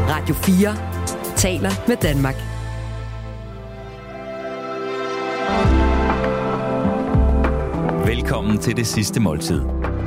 Radio 4 taler med Danmark. Velkommen til Det Sidste Måltid.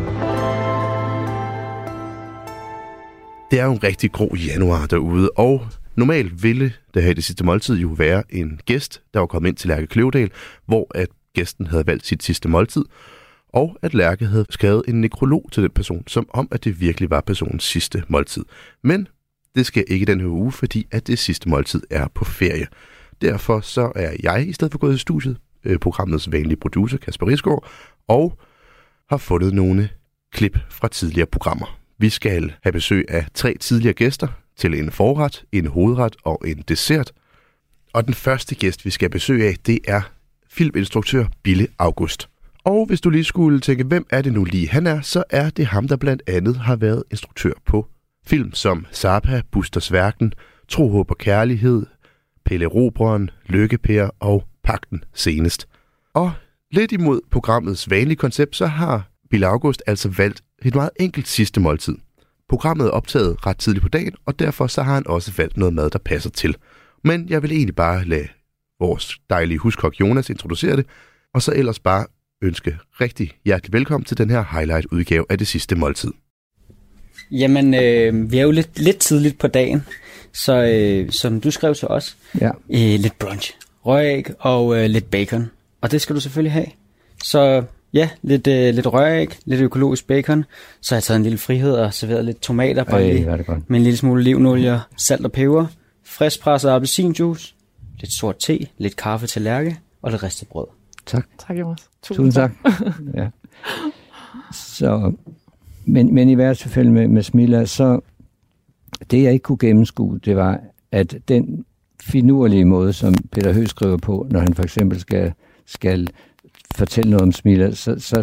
Det er jo en rigtig grå januar derude, og normalt ville det her i Det Sidste Måltid jo være en gæst, der var kommet ind til Lærke Kløvedal, hvor at gæsten havde valgt sit sidste måltid, og at Lærke havde skrevet en nekrolog til den person, som om at det virkelig var personens sidste måltid. Men det sker ikke den her uge, fordi at det sidste måltid er på ferie. Derfor så er jeg i stedet for gået i studiet, programmets vanlige producer Kasper Risgaard, og har fundet nogle klip fra tidligere programmer. Vi skal have besøg af 3 tidligere gæster til en forret, en hovedret og en dessert. Og den første gæst, vi skal besøge af, det er filminstruktør Bille August. Og hvis du lige skulle tænke, hvem er det nu lige han er, så er det ham, der blandt andet har været instruktør på film som Zappa, Busters Verden, Tro, Håb og Kærlighed, Pelle Erobreren, Lykke-Per og Pagten senest. Og lidt imod programmets vanlige koncept, så har Bille August altså valgt et meget enkelt sidste måltid. Programmet er optaget ret tidligt på dagen, og derfor så har han også valgt noget mad, der passer til. Men jeg vil egentlig bare lade vores dejlige huskok Jonas introducere det, og så ellers bare ønske rigtig hjertelig velkommen til den her highlight-udgave af Det Sidste Måltid. Jamen, vi er jo lidt tidligt på dagen, så som du skrev til os, lidt brunch, røræg og lidt bacon. Og det skal du selvfølgelig have. Så ja, lidt røræg, lidt økologisk bacon. Så har jeg taget en lille frihed og serveret lidt tomater bare lige, med en lille smule olivenolie, salt og peber, friskpresset appelsinjuice, lidt sort te, lidt kaffe til Lærke og lidt ristet brød. Tak. Tak, Jonas. Tusind tak. Ja. Så, men i hvert fald med Smilla, så det jeg ikke kunne gennemskue, det var, at den finurlige måde, som Peter Høgh skriver på, når han for eksempel skal fortælle noget om Smilla, så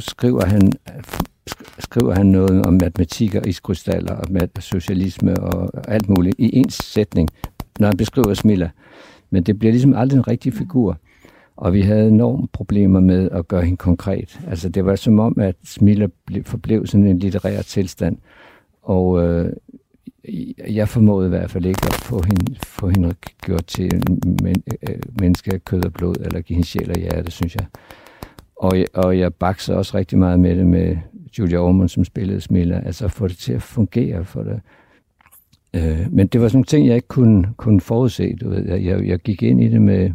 skriver han noget om matematik og iskrystaller og socialisme og alt muligt i en sætning, når han beskriver Smilla. Men det bliver ligesom aldrig en rigtig figur. Og vi havde enorme problemer med at gøre hende konkret. Altså det var som om, at Smilla forblev sådan en litterær tilstand. Og jeg formåede i hvert fald ikke at få hende gjort til en menneske af kød og blod, eller give hende sjæl og hjerte, synes jeg. Og jeg baksede også rigtig meget med det med Julia Ormond, som spillede Smilla. Altså få det til at fungere for det. Men det var sådan nogle ting, jeg ikke kunne forudse. Du ved. Jeg gik ind i det med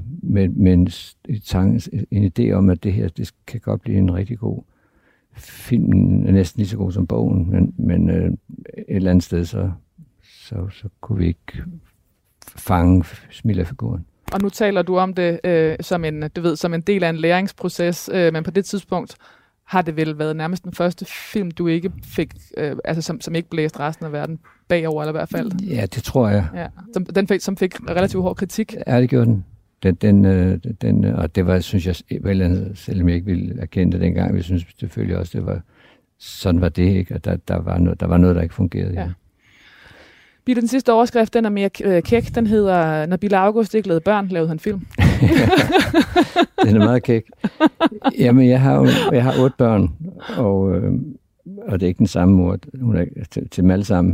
en idé om, at det her det kan godt blive en rigtig god film, næsten lige så god som bogen, men et eller andet sted, så kunne vi ikke fange Smilla-figuren. Og nu taler du om det som en del af en læringsproces, men på det tidspunkt har det vel været nærmest den første film, du ikke fik, som ikke blæste resten af verden bagover, eller i hvert fald. Ja, det tror jeg. Ja. Som fik relativt hård kritik. Ja, det gjorde den. Den, og det var, synes jeg, selvom jeg ikke ville erkende det dengang, jeg synes selvfølgelig også, det var, sådan var det ikke, at der var noget, der ikke fungerede. Ja. Bille, den sidste overskrift, den er mere kæk. Den hedder, når Bille August ikke lavede børn, lavede han film. Den er meget kæk. Jamen, jeg har 8 børn, og det er ikke den samme mor. Hun er til dem alle sammen.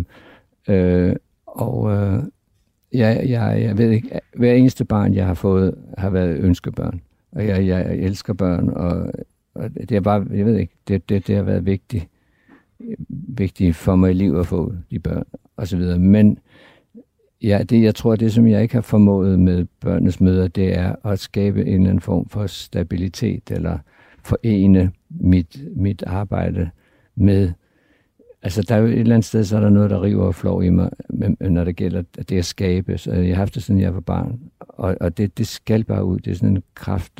Jeg ved ikke, hver eneste barn, jeg har fået, har været ønskebørn. Og jeg elsker børn, og det er bare, jeg ved ikke, det har været vigtigt for mig i livet at få de børn, og så videre. Men jeg tror, det som jeg ikke har formået med børnenes møder, det er at skabe en eller anden form for stabilitet, eller forene mit arbejde med. Altså, der er jo et eller andet sted, så er der noget, der river og flår i mig, når det gælder det at skabe. Så jeg har haft det sådan, jeg var barn. Og det skal bare ud. Det er sådan en kraft,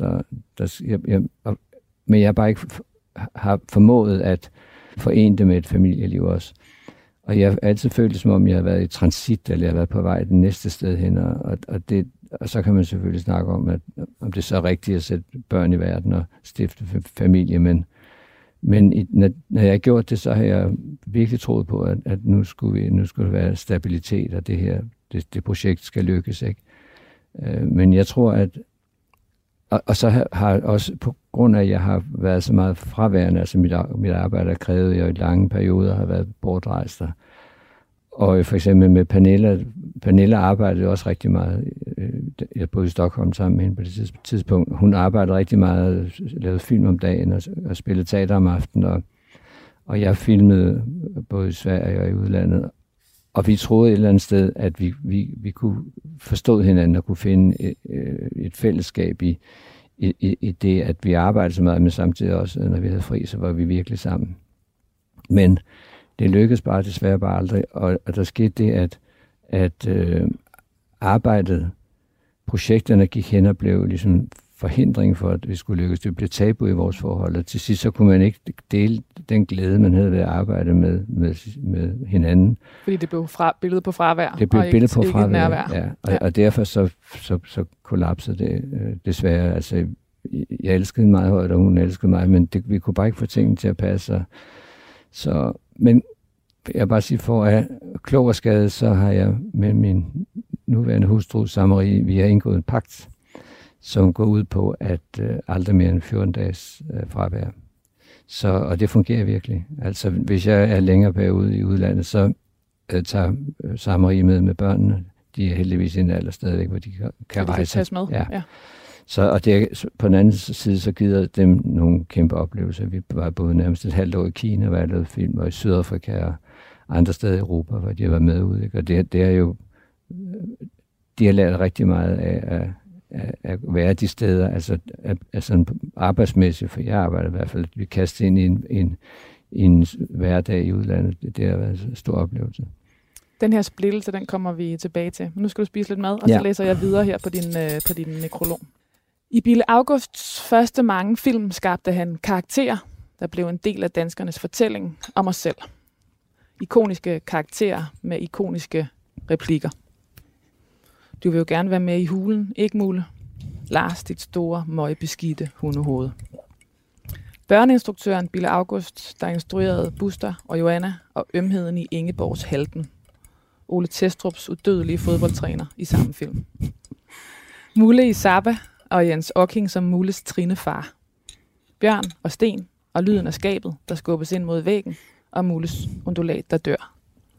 men jeg bare ikke har formået at forene det med et familieliv også. Og jeg har altid følt det, som om jeg har været i transit, eller jeg har været på vej det næste sted hen. Og så kan man selvfølgelig snakke om, om det er så rigtigt at sætte børn i verden og stifte familie, men når jeg har gjort det, så har jeg virkelig troet på, at nu skulle der være stabilitet, og det projekt skal lykkes, ikke? Men jeg tror, at og så har også på grund af, at jeg har været så meget fraværende, altså mit arbejde har krævet, jeg i lange perioder har været bortrejst Og for eksempel med Pernilla arbejdede også rigtig meget. Jeg boede i Stockholm sammen med hende på det tidspunkt. Hun arbejdede rigtig meget, lavede film om dagen og spillede teater om aftenen. Og jeg filmede både i Sverige og i udlandet. Og vi troede et eller andet sted, at vi kunne forstå hinanden og kunne finde et fællesskab i det, at vi arbejdede så meget, men samtidig også, når vi havde fri, så var vi virkelig sammen. Men det lykkedes bare desværre bare aldrig, og der skete det, at arbejdet, projekterne gik hen og blev ligesom forhindring for, at vi skulle lykkes. Det blev tabu i vores forhold, og til sidst så kunne man ikke dele den glæde, man havde ved at arbejde med hinanden. Fordi det blev billede på fravær, det blev og billede på ikke nærvær. Ja. Og derfor så kollapsede det desværre. Altså, jeg elskede hende meget højt, og hun elskede mig, men vi kunne bare ikke få tingene til at passe. Men jeg bare sige, for at klog og skade, så har jeg med min nuværende hustru, Marie, vi har indgået en pagt, som går ud på, at aldrig mere end 14 dages fravær. Og det fungerer virkelig. Altså, hvis jeg er længere periode i udlandet, så tager Marie med børnene. De er heldigvis i en alder stadigvæk, hvor de kan rejse. Med. Ja. Og det, på den anden side, så giver dem nogle kæmpe oplevelser. Vi var både nærmest et halvt år i Kina, hvor jeg lavede film, og i Sydafrika og andre steder i Europa, hvor de har været med ud. Ikke? Og det er jo... De har lært rigtig meget af at være de steder, altså arbejdsmæssigt, for jeg arbejder i hvert fald, vi kaster ind i en hverdag i udlandet. Det har været en stor oplevelse. Den her splittelse, den kommer vi tilbage til. Men nu skal du spise lidt mad, og så læser jeg videre her på din nekrolog. I Bille Augusts første mange film skabte han karakterer, der blev en del af danskernes fortælling om os selv. Ikoniske karakterer med ikoniske replikker. Du vil jo gerne være med i Hulen, ikke Mulle? Lars, dit store, møgbeskidte hundehoved. Børneinstruktøren Bille August, der instruerede Buster og Joanna og ømheden i Ingeborgs Halten. Ole Testrups udødelige fodboldtræner i samme film. Mulle i Zappa og Jens Ocking som Mulles trinefar. Bjørn og Sten og lyden af skabet, der skubbes ind mod væggen, og Mulles undulat, der dør.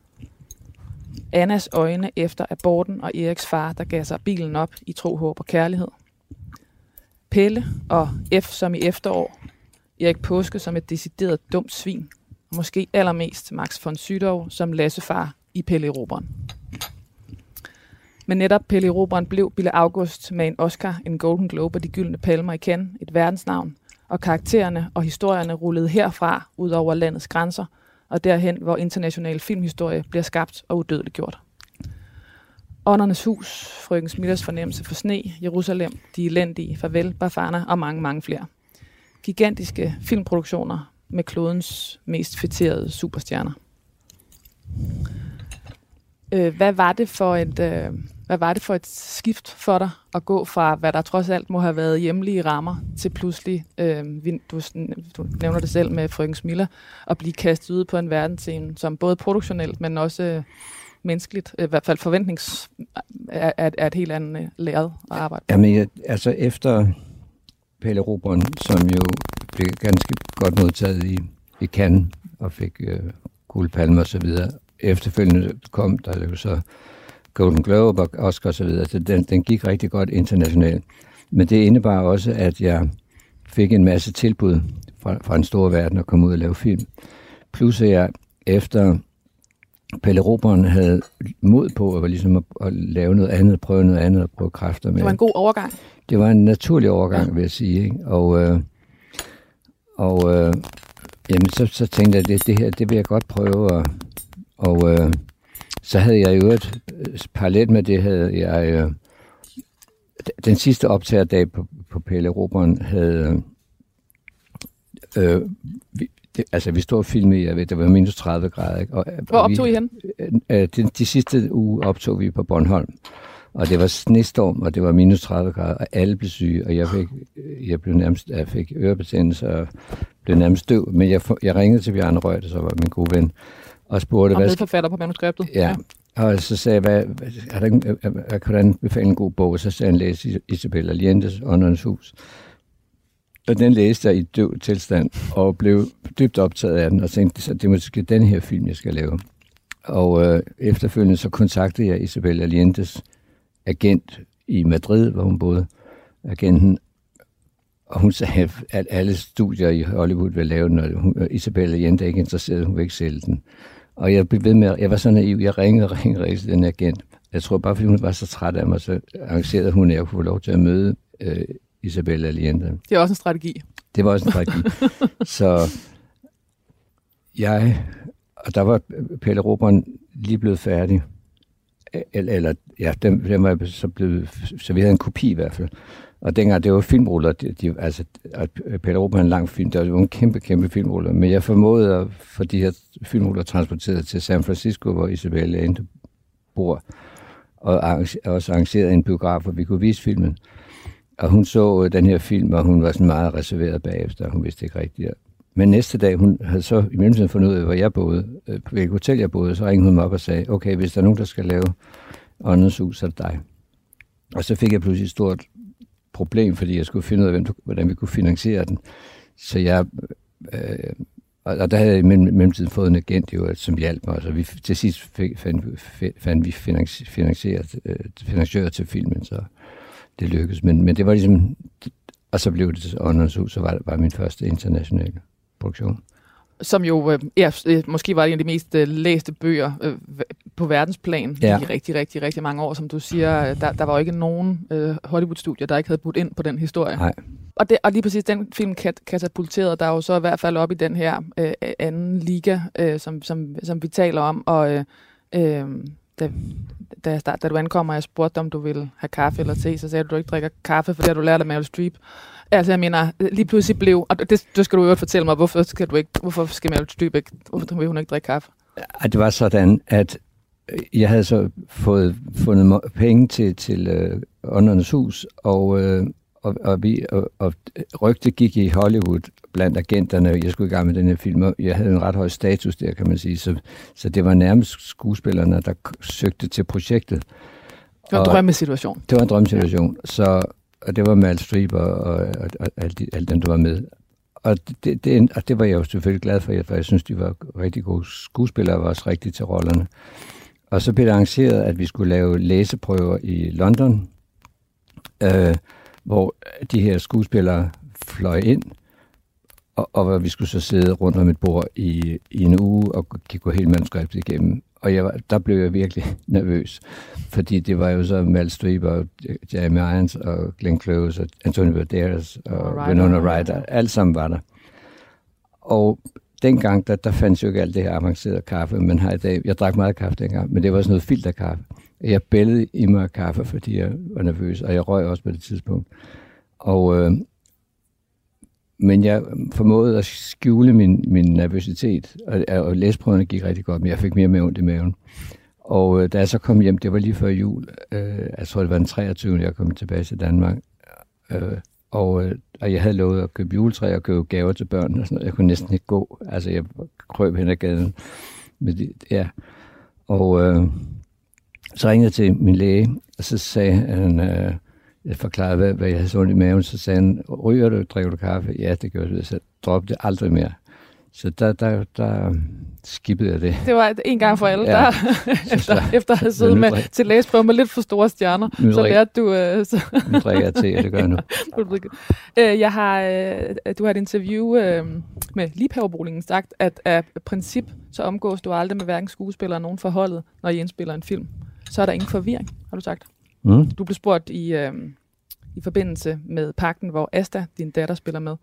Annas øjne efter aborten og Eriks far, der gav sig bilen op i tro, håb og kærlighed. Pelle og F som i efterår. Erik Påske som et decideret dumt svin. Og måske allermest Max von Sydow som Lassefar i Pelle Erobreren. Men netop Pelle Erobreren blev Bille August med en Oscar, en Golden Globe og de gyldne palmer i Cannes, et verdensnavn, og karaktererne og historierne rullede herfra ud over landets grænser, og derhen, hvor international filmhistorie bliver skabt og udødeliggjort. Åndernes hus, Frøken Smithers fornemmelse for sne, Jerusalem, De elendige, Farvel, Bafana og mange, mange flere. Gigantiske filmproduktioner med klodens mest fætterede superstjerner. Hvad var det for et skift for dig at gå fra, hvad der trods alt må have været hjemlige rammer, til pludselig, du nævner det selv med Frøken Smiller, at blive kastet ud på en verdensscene, som både produktionelt, men også menneskeligt, i hvert fald er et helt andet lærred at arbejde på? Jamen, altså efter Pelle Erobreren, som jo blev ganske godt modtaget i Cannes, og fik guldpalme og så videre. Efterfølgende kom der jo så Golden Globe og Oscar og så videre, så den gik rigtig godt internationalt. Men det indebar også, at jeg fik en masse tilbud fra en stor verden at komme ud og lave film. Plus at jeg efter Pelle Erobreren havde mod på ligesom at lave noget andet, prøve noget andet og prøve kræfter med. Det var en god overgang. Det var en naturlig overgang, vil jeg sige. Ikke? Jamen, så tænkte jeg, at det her, det vil jeg godt prøve. Og så havde jeg jo parallelt med det, havde jeg den sidste optagerdag på Pelle Erobreren havde vi stod og filmede, jeg ved, det var minus 30 grader. Ikke? Hvor optog I hen? De sidste uge optog vi på Bornholm. Og det var snestorm, og det var minus 30 grader, og alle blev syge, og jeg fik ørebetændelse og blev nærmest døv. Men jeg ringede til Bjarne Røg, der så var min gode ven, og spurgte, hvad... medforfatter på manuskriptet. Ja. Og så sagde jeg, hvordan befale en god bog? Så sagde han, læse Isabella Allende's Åndernes hus. Og den læste jeg i døv tilstand, og blev dybt optaget af den, og tænkte, det er måske den her film, jeg skal lave. Og efterfølgende så kontaktede jeg Isabel Allende's agent i Madrid, hvor hun boede, agenten, og hun sagde, at alle studier i Hollywood ville lave den, og Isabel Allende er ikke interesseret, hun vil ikke sælge den. Og jeg blev ved med, jeg var så naiv, jeg ringede til den agent. Jeg tror bare, fordi hun var så træt af mig, så arrangerede hun, at jeg kunne få lov til at møde Isabel Allende. Det er også en strategi. Det var også en strategi. Så og der var Pelle Erobreren lige blevet færdig. Eller ja, dem var så blevet, så vi havde en kopi i hvert fald. Og dengang det var filmruller, altså Pelle Erobreren en lang film, det var en kæmpe filmruller. Men jeg formåede at få de her filmruller transporteret til San Francisco, hvor Isabel Allende bor, og også arrangerede en biograf, hvor vi kunne vise filmen. Og hun så den her film, og hun var sådan meget reserveret bagefter, hun vidste ikke rigtigt. Men næste dag, hun havde så i mellemtiden fundet ud af, hvor jeg boede, på hvilket hotel jeg boede, så ringede hun mig op og sagde, okay, hvis der er nogen, der skal lave Åndens Hus, så er det dig. Og så fik jeg pludselig et stort problem, fordi jeg skulle finde ud af, hvordan vi kunne finansiere den. Så jeg, og der havde jeg i mellemtiden fået en agent, jo, som hjalp mig, så vi til sidst fandt vi finansieret til filmen, så det lykkedes. Men det var ligesom, og så blev det Åndens Hus, så var det bare min første internationale produktion. Som jo måske var det en af de mest læste bøger på verdensplan i rigtig mange år, som du siger. Der var jo ikke nogen Hollywood-studier, der ikke havde budt ind på den historie. Nej. Og lige præcis den film katapulterede der jo så i hvert fald op i den her anden liga, som vi taler om. Og da du ankommer, og jeg spurgte, om du ville have kaffe eller te, så sagde du ikke drikker kaffe, for det har du lært af Meryl Streep. Altså, jeg mener, lige pludselig blev, og det skal du jo fortælle mig, hvorfor skal Meryl Streep ikke, hvorfor vil hun ikke drikke kaffe? Det var sådan, at jeg havde så fundet penge til Åndernes Hus, og rygtet gik i Hollywood blandt agenterne. Jeg skulle i gang med den her film, og jeg havde en ret høj status der, kan man sige. Så det var nærmest skuespillerne, der søgte til projektet. Det var en drømmesituation. Det var en drømmesituation. Og det var Meryl Streep og alle dem, der var med. Og det var jeg jo selvfølgelig glad for jeg synes, de var rigtig gode skuespillere, og var også rigtig til rollerne. Og så blev det arrangeret, at vi skulle lave læseprøver i London, hvor de her skuespillere fløj ind, og hvor vi skulle så sidde rundt om et bord i en uge og gå hele manuskriptet igennem. Og der blev jeg virkelig nervøs, fordi det var jo så Meryl Streep og Jeremy Irons og Glenn Close og Antonio Banderas og Winona Ryder. Alt sammen var der. Og dengang, der fandt jo ikke alt det her avancerede kaffe, man har i dag. Jeg drak meget kaffe dengang, men det var sådan noget filterkaffe. Jeg bællede i mig kaffe, fordi jeg var nervøs, og jeg røg også på det tidspunkt. Men jeg formåede at skjule min nervøsitet, og læsprøverne gik rigtig godt, men jeg fik mere med ondt i maven. Og da jeg så kom hjem, det var lige før jul, jeg tror det var den 23. jeg kom tilbage til Danmark, og jeg havde lovet at købe juletræ og købe gaver til børn, og sådan noget. Jeg kunne næsten ikke gå, altså jeg krøb hen ad gaden. Så ringede jeg til min læge, og så sagde han, jeg forklarede, hvad jeg havde så ondt i maven, så sagde han, ryger du, drikker du kaffe? Ja, det gjorde jeg, så droppede det aldrig mere. Så der skippede jeg det. Det var en gang for alle, der efter at have siddet med til læsprøve med lidt for store stjerner, så lærte du... Nu drikker jeg te, og det gør jeg nu. Du har et interview med Liebhaverboligen sagt, at af princip, så omgås du aldrig med hverken skuespillere eller nogen forholdet, når I indspiller en film. Så er der ingen forvirring, har du sagt. Mm. Du blev spurgt i forbindelse med Pagten, hvor Asta, din datter, spiller med.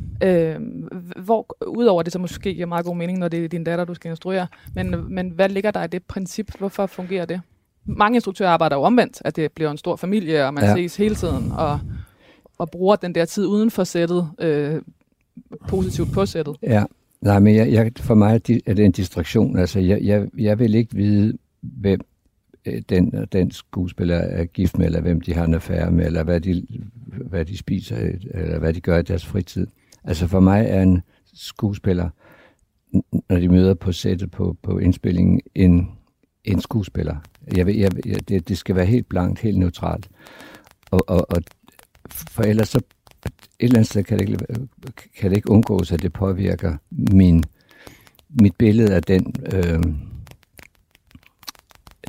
Udover det, så måske giver meget god mening, når det er din datter, du skal instruere, men hvad ligger der i det princip? Hvorfor fungerer det? Mange instruktører arbejder jo omvendt, at det bliver en stor familie, og man ses hele tiden, og bruger den der tid uden for sættet, positivt på sættet. Ja, nej, men for mig er det en distraktion. Altså, jeg vil ikke vide, hvem den skuespiller er gift med, eller hvem de har en affære med, eller hvad de spiser, eller hvad de gør i deres fritid. Altså for mig er en skuespiller, når de møder på sættet på indspillingen, en skuespiller. Det skal være helt blankt, helt neutralt. Og for ellers så et eller andet sted kan det ikke undgås, at det påvirker mit billede af den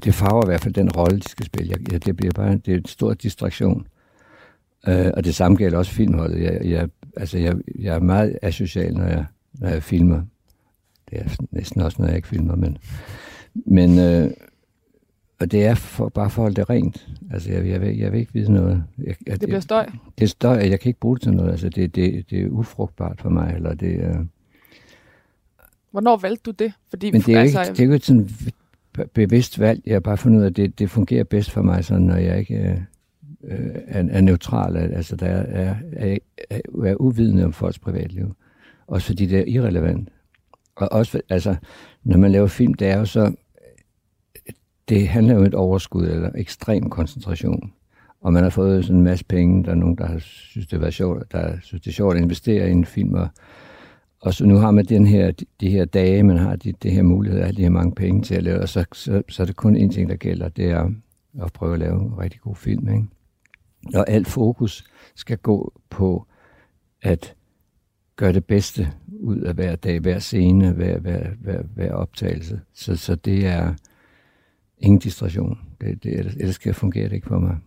det farver i hvert fald den rolle, de skal spille. Det er en stor distraktion. Og det samme gælder også filmholdet. Jeg er meget asocial, når jeg filmer. Det er næsten også, når jeg ikke filmer, men og det er bare for at holde det rent. Altså, jeg vil ikke vide noget. Det bliver støj? Det er støj, og jeg kan ikke bruge det til noget. Altså, det er ufrugtbart for mig, eller det Hvornår valgte du det? Fordi, men det er jo ikke et sådan bevidst valg. Jeg har bare fundet ud af, at det fungerer bedst for mig, sådan, når jeg ikke er neutral. Altså, der er uvidende om folks privatliv. Også fordi det er irrelevant. Og også, altså, når man laver film, det er jo så... Det handler jo om et overskud eller ekstrem koncentration. Og man har fået sådan en masse penge. Der er nogen, der synes, det er sjovt, det er sjovt at investere i en film. Og så nu har man de her dage, man har det her mulighed, alle de her mange penge til at lave. Og så er det kun én ting, der gælder. Det er at prøve at lave en rigtig god film. Ikke? Og alt fokus skal gå på at gøre det bedste ud af hver dag, hver scene, hver optagelse. Så det er ingen distraktion. Ellers fungere det ikke for mig.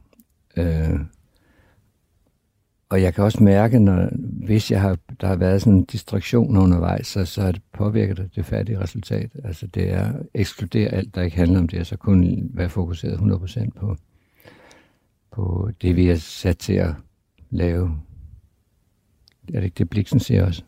Og jeg kan også mærke, hvis der har været sådan en distraktion undervejs, så er det påvirket det færdige resultat. Altså det er at ekskludere alt, der ikke handler om det, og så kun være fokuseret 100% på det, vi er sat til at lave. Er det ikke det, Bliksen siger også?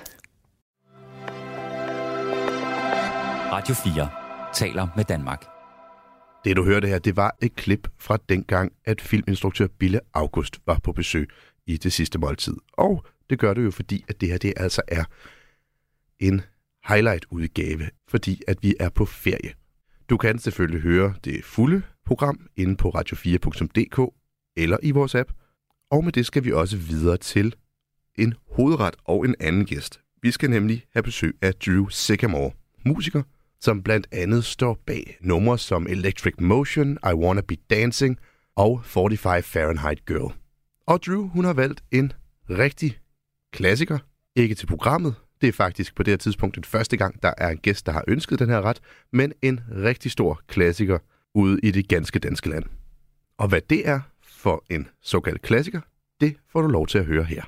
Radio 4 taler med Danmark. Det, du hørte her, det var et klip fra dengang, at filminstruktør Bille August var på besøg i Det Sidste Måltid. Og det gør det jo, fordi at det her det altså er en highlight-udgave, fordi at vi er på ferie. Du kan selvfølgelig høre det fulde program inde på radio4.dk eller i vores app. Og med det skal vi også videre til en hovedret og en anden gæst. Vi skal nemlig have besøg af Drew Sycamore, musiker, som blandt andet står bag numre som Electric Motion, I Wanna Be Dancing og 45 Fahrenheit Girl. Og Drew, hun har valgt en rigtig klassiker, ikke til programmet. Det er faktisk på det her tidspunkt den første gang, der er en gæst, der har ønsket den her ret, men en rigtig stor klassiker ude i det ganske danske land. Og hvad det er for en såkaldt klassiker, det får du lov til at høre her.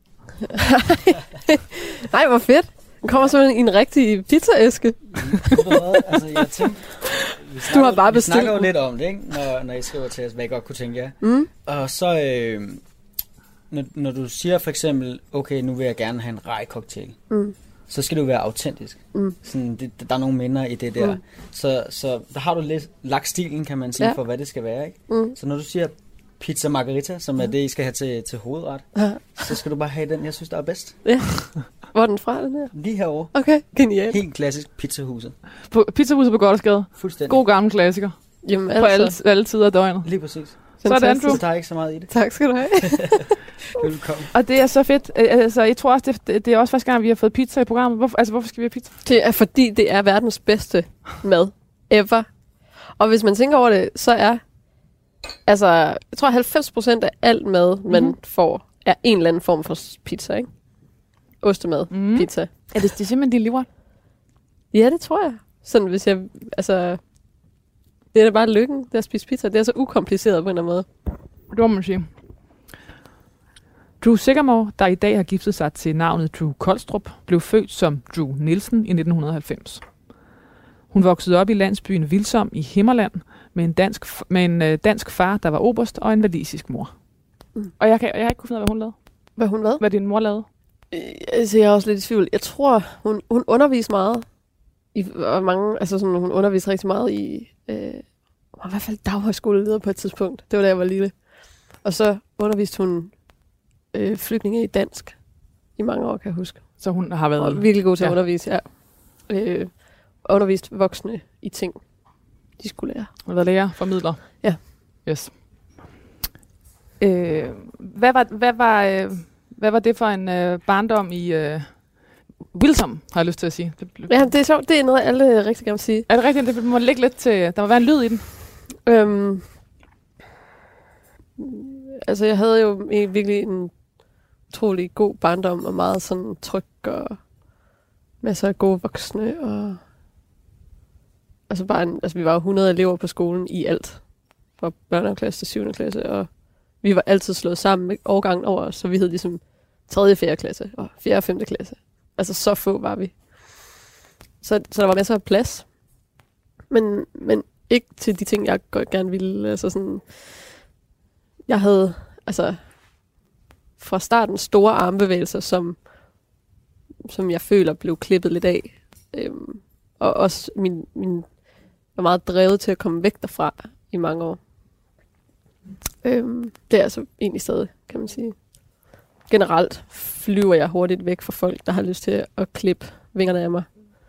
Nej, hvor fedt. Den kommer simpelthen i en rigtig pizzaæske. Altså, jeg tænkte, du har bare bestilt. Vi snakker jo lidt om det, ikke? Når I skriver til os, hvad jeg godt kunne tænke jer. Mm. Og så, når du siger for eksempel, okay, nu vil jeg gerne have en rejcocktail, så skal det jo være autentisk. Sådan, der er nogle minder i det der. Så der har du lidt lagt stilen, kan man sige, for hvad det skal være, ikke? Så når du siger pizza margarita, som er det, I skal have til hovedret, så skal du bare have den, jeg synes, der er bedst. Ja. Hvor er den fra, den her? Lige herovre. Okay, genialt. Helt klassisk pizzahuset. Pizzahuset på Gothersgade. Fuldstændig. God gammel klassiker. Jamen, på alle tider af døgnet. Lige præcis. Så er det Andrew. Så der er ikke så meget i det. Tak skal du have. Velkommen. Og det er så fedt. Altså, jeg tror også, det er også første gang, vi har fået pizza i programmet. Hvorfor skal vi have pizza? Det er fordi, det er verdens bedste mad ever. Og hvis man tænker over det, så er altså, jeg tror 90% af alt mad, man får, er en eller anden form for pizza, ikke? Ostemad, pizza. Er det simpelthen din livret? Ja, det tror jeg. Sådan hvis jeg, altså, det er da bare lykken, det at spise pizza. Det er så ukompliceret på en eller anden måde. Det må man sige. Drew Sycamore, der i dag har giftet sig til navnet Drew Kolstrup, blev født som Drew Nielsen i 1990. Hun voksede op i landsbyen Vilsom i Himmerland med en dansk far, der var oberst, og en walisisk mor. Og jeg har ikke kunnet finde ud af, hvad hun lavede. Hvad hun lavede? Hvad din mor lavede? Jeg er også lidt i tvivl. Jeg tror, hun underviste meget. Hun underviste rigtig meget i... Hun var i hvert fald daghøjskoleleder på et tidspunkt. Det var da jeg var lille. Og så underviste hun flygtninge i dansk i mange år, kan jeg huske. Så hun har været... Og virkelig god til at undervise, ja. Undervist voksne i ting, de skulle lære. Hun har været lærer, formidler. Ja. Yes. Hvad var det for en barndom i Wilsom, har jeg lyst til at sige? Ja, det er sjovt. Det er noget, alle rigtig gerne vil sige. Er det rigtigt? Det må ligge lidt til... Der må være en lyd i den. Altså, jeg havde jo virkelig en utrolig god barndom, og meget sådan tryg, og masser af gode voksne, og vi var 100 elever på skolen i alt. Fra børnehaveklasse til 7. klasse, og vi var altid slået sammen med årgangen over os, så vi hed ligesom 3. og 4. klasse og 4. og 5. klasse. Altså så få var vi. Så der var masser af plads. Men ikke til de ting, jeg gerne ville. Altså sådan, jeg havde fra starten store armbevægelser, som jeg føler blev klippet lidt af. Og også min var meget drevet til at komme væk derfra i mange år. Det er altså egentlig stadig, kan man sige. Generelt flyver jeg hurtigt væk fra folk, der har lyst til at klippe vingerne af mig.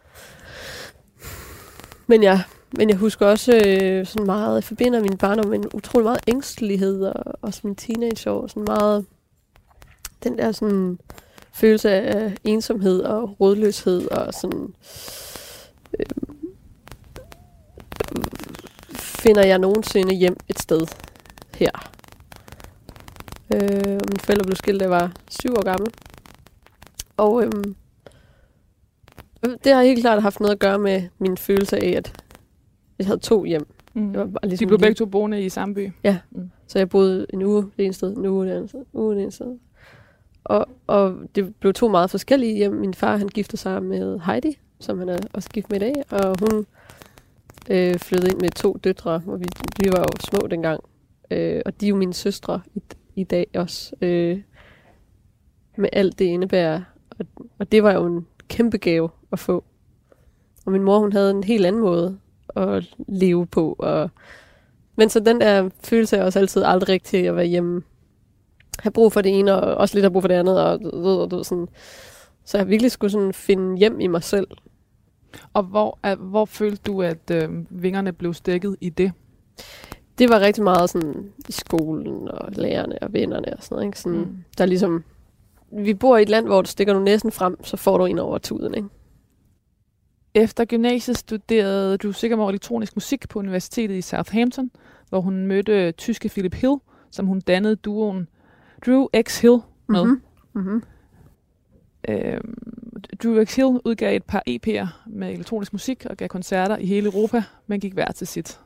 Men jeg husker også sådan meget, jeg forbinder min barndom med en utrolig meget ængstelighed, og også min teenageår, sådan meget den der sådan følelse af ensomhed og rådløshed, og sådan finder jeg nogensinde hjem et sted her. Mine forældre blev skilt, da jeg var 7 år gammel. Og det har helt klart haft noget at gøre med min følelse af, at jeg havde 2 hjem. Mm. Det var bare ligesom de blev begge 2 boende i samme by? Ja, så jeg boede en uge det ene sted, en uge det andet sted, en uge det ene sted. Og det blev 2 meget forskellige hjem. Min far, han giftede sig med Heidi, som han er også gift med i dag, og hun flyttede ind med 2 døtre, og vi var jo små dengang. Og de er jo mine søstre i dag også, med alt det indebærer. Og det var jo en kæmpe gave at få. Og min mor, hun havde en helt anden måde at leve på. Men så den der følelse af også altid aldrig rigtig at være hjemme. Have brug for det ene, og også lidt have brug for det andet. Og sådan. Så jeg virkelig skulle sådan finde hjem i mig selv. Og hvor følte du, at vingerne blev stikket i det? Det var rigtig meget sådan i skolen, og lærerne og vennerne og sådan noget. Ikke? Sådan, der er ligesom, vi bor i et land, hvor du stikker du næsen frem, så får du en over tuden, ikke? Efter gymnasiet studerede du sikkert over elektronisk musik på universitetet i Southampton, hvor hun mødte tyske Philip Hill, som hun dannede duoen Drew X Hill med. Mm-hmm. Drew X Hill udgav et par EP'er med elektronisk musik og gav koncerter i hele Europa, men gik hver til sit.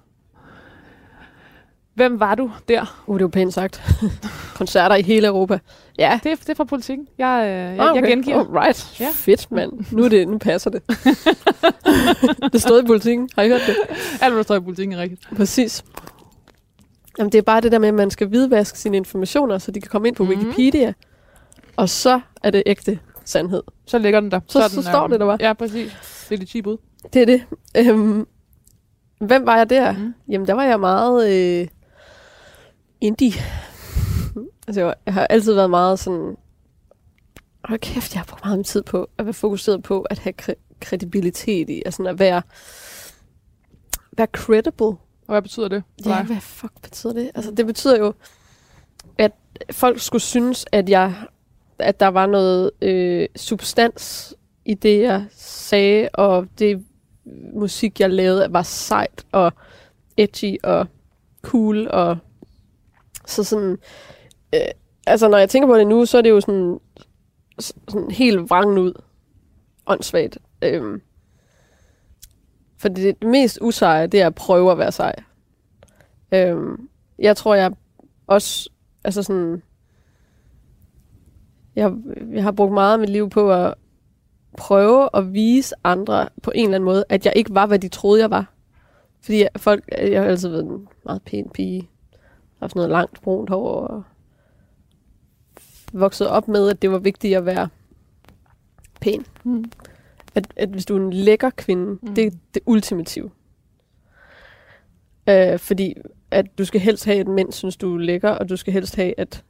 Hvem var du der? Det var pænt sagt. Koncerter i hele Europa. Ja. Det er fra Politikken. Jeg gengiver. Alright. Ja. Fedt, mand. Nu passer det. Det stod i Politikken. Har I hørt det? Alt, hvad står i Politikken, er rigtigt. Præcis. Jamen, det er bare det der med, at man skal hvidvaske sine informationer, så de kan komme ind på Wikipedia. Og så er det ægte sandhed. Så ligger den der. Så står det der bare. Ja, præcis. Det er det cheap ud. Det er det. Hvem var jeg der? Jamen, der var jeg meget indie. Altså, jeg har altid været meget sådan... Hold kæft, jeg har brugt meget min tid på at være fokuseret på at have kredibilitet i. Altså at være credible. Og hvad betyder det? Ja, hvad fuck betyder det? Altså, det betyder jo, at folk skulle synes, at der var noget substans i det, jeg sagde, og det musik, jeg lavede, var sejt og edgy og cool. Og så sådan... altså, når jeg tænker på det nu, så er det jo sådan helt vrangen ud. Åndssvagt. For det mest useje, det er at prøve at være sej. Jeg tror, jeg også... Altså sådan... Jeg har brugt meget af mit liv på at prøve at vise andre på en eller anden måde, at jeg ikke var, hvad de troede, jeg var. Fordi jeg har altid været en meget pæn pige. Jeg har haft noget langt brunt hår og vokset op med, at det var vigtigt at være pæn. At hvis du er en lækker kvinde, det er det ultimative. Fordi at du skal helst have, at mænd synes, du er lækker, og du skal helst have, at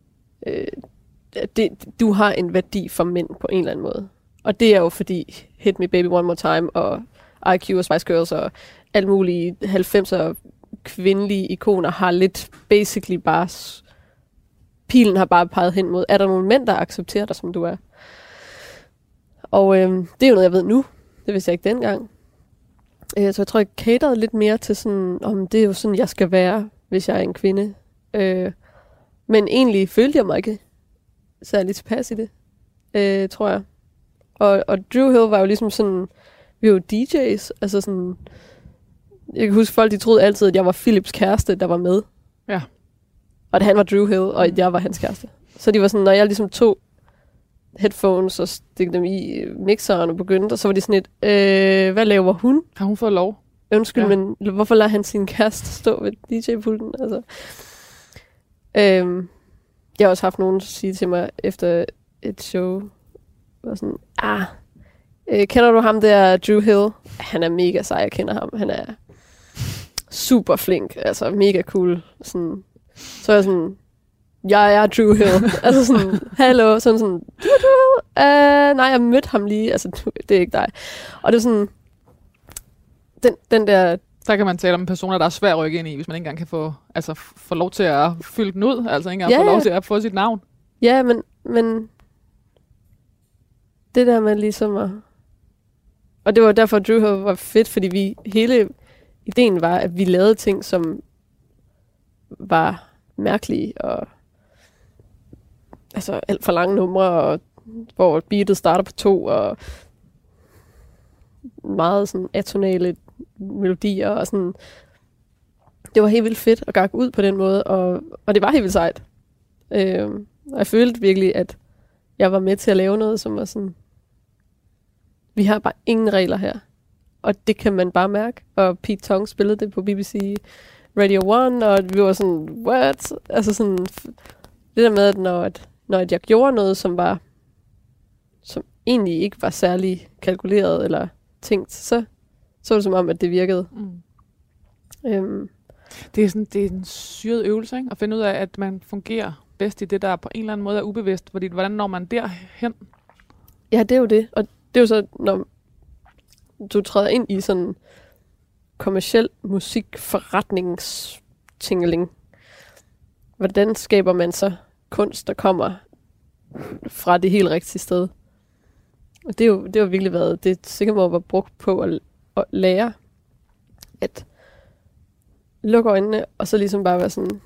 du har en værdi for mænd på en eller anden måde. Og det er jo fordi Hit Me Baby One More Time og IQ og Spice Girls og alle mulige 90'er kvindelige ikoner har lidt basically bare... Pilen har bare peget hen mod, er der nogle mænd, der accepterer dig, som du er? Og det er jo noget, jeg ved nu. Det vidste jeg ikke dengang. Så jeg tror, jeg caterede lidt mere til sådan, om det er jo sådan, jeg skal være, hvis jeg er en kvinde. Men egentlig følte jeg mig ikke særlig tilpas i det, tror jeg. Og Drew Hill var jo ligesom sådan, vi var jo DJ's, altså sådan, Jeg kan huske, folk de troede altid, at jeg var Philips kæreste, der var med. Ja. Og at han var Drew Hill, og at jeg var hans kæreste. Så de var sådan, når jeg ligesom tog headphones og stik dem i mixeren og begyndte, og så var de sådan et, hvad laver hun? Har hun fået lov? Undskyld, ja. Men hvorfor lader han sin kæreste stå ved DJ-pulten? Altså. Jeg har også haft nogen sige til mig efter et show, var sådan, kender du ham der, Drew Hill? Han er mega sej, jeg kender ham. Han er super flink, altså mega cool. Sådan. Så er jeg sådan, jeg er Drew Hill. Altså sådan, hallo, sådan, Drew Hill? Nej, jeg mødte ham lige, altså det er ikke dig. Og det er sådan, den der... Der kan man tale om personer, der er svært at rykke ind i, hvis man ikke engang kan få lov til at fylde den ud, altså ikke engang få lov til at få sit navn. Ja, men det der med ligesom at... Og det var derfor, Drew Hill var fedt, fordi hele ideen var, at vi lavede ting, som var mærkelige, og altså alt for lange numre, og hvor beatet starter på 2, og meget sådan atonale melodier, og sådan. Det var helt vildt fedt at gakke ud på den måde, og det var helt vildt sejt. Og jeg følte virkelig, at jeg var med til at lave noget, som var sådan, vi har bare ingen regler her. Og det kan man bare mærke. Og Pete Tong spillede det på BBC Radio 1, og vi var sådan, what? Altså sådan, det der med, at når jeg gjorde noget, som egentlig ikke var særlig kalkuleret eller tænkt, så var det som om, at det virkede. Det er en syret øvelse, ikke? At finde ud af, at man fungerer bedst i det, der på en eller anden måde er ubevidst. Fordi hvordan når man derhen? Ja, det er jo det. Og det er jo så, når du træder ind i sådan kommerciel musikforretningstingeling. Hvordan skaber man så kunst, der kommer fra det helt rigtige sted? Og det har virkelig været, det sikkert var brugt på at lære, at lukke øjnene, og så ligesom bare være sådan,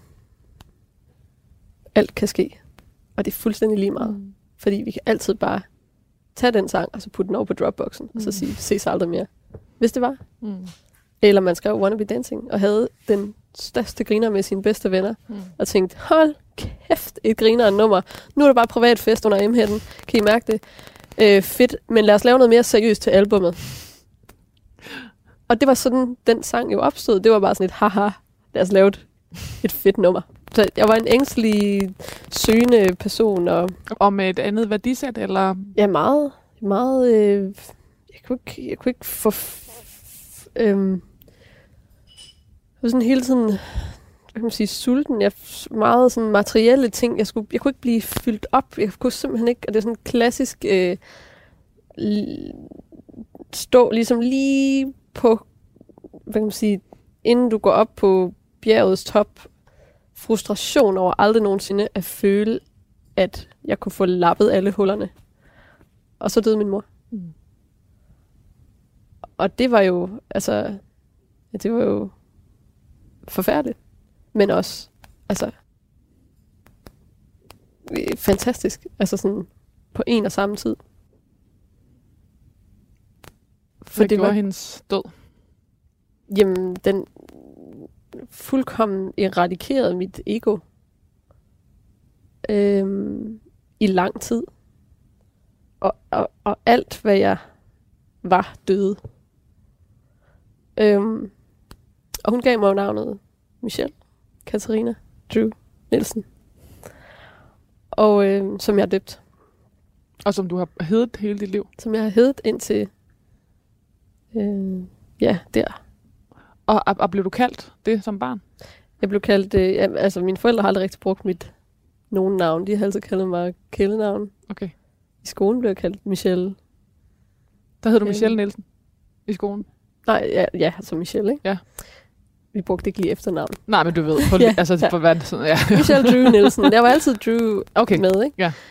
alt kan ske. Og det er fuldstændig lige meget. Fordi vi kan altid bare tage den sang, og så putte den over på Dropboxen, og så sige, ses aldrig mere. Hvis det var. Eller man skrev Wanna Be Dancing, og havde den største griner med sine bedste venner, og tænkte, hold kæft, et griner af nummer. Nu er det bare privat fest under M-hætten. Kan I mærke det? Fedt, men lad os lave noget mere seriøst til albummet. Og det var sådan, den sang jo opstod. Det var bare sådan et, haha, lad os lave et fedt nummer. Så jeg var en ængstelig, søgende person. Og med et andet værdisæt, eller? Ja, meget. Jeg kunne ikke få... jeg var sådan hele tiden, hvad kan man sige, sulten. Meget sådan materielle ting. Jeg kunne ikke blive fyldt op. Jeg kunne simpelthen ikke, og det er sådan klassisk stå ligesom lige på, hvad kan man sige, inden du går op på bjergets top, frustration over aldrig nogensinde at føle, at jeg kunne få lappet alle hullerne. Og så døde min mor. Og det var jo, altså, det var jo forfærdeligt. Men også, altså, fantastisk. Altså sådan, på en og samme tid. For det var hendes død? Jamen, den fuldkommen eradikerede mit ego. I lang tid. Og alt, hvad jeg var, døde. Og hun gav mig navnet Michelle Katarina Drew Nielsen. Og som jeg har døbt. Og som du har heddet hele dit liv? Som jeg har heddet indtil der. Og blev du kaldt det som barn? Jeg blev kaldt, altså mine forældre har aldrig rigtig brugt nogen navn. De har altid kaldet mig kælenavn. Okay. I skolen blev jeg kaldt Michelle. Der hed du Michelle Nielsen i skolen? Nej, ja, altså Michelle, ikke? Ja. Vi brugte ikke lige efternavn. Nej, men du ved, på hvad det sådan, ja. Michelle Drew Nielsen. Jeg var altid Drew med, ikke? Ja.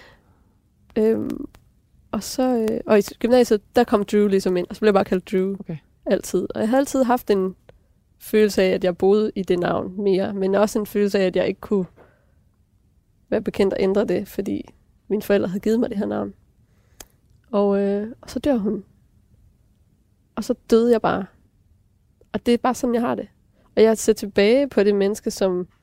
Og så, og i gymnasiet, der kom Drew ligesom ind, og så blev jeg bare kaldt Drew. Okay. Altid. Og jeg har altid haft en følelse af, at jeg boede i det navn mere, men også en følelse af, at jeg ikke kunne være bekendt at ændre det, fordi mine forældre havde givet mig det her navn. Og så dør hun. Og så døde jeg bare. Og det er bare sådan, jeg har det. Og jeg ser tilbage på det menneske,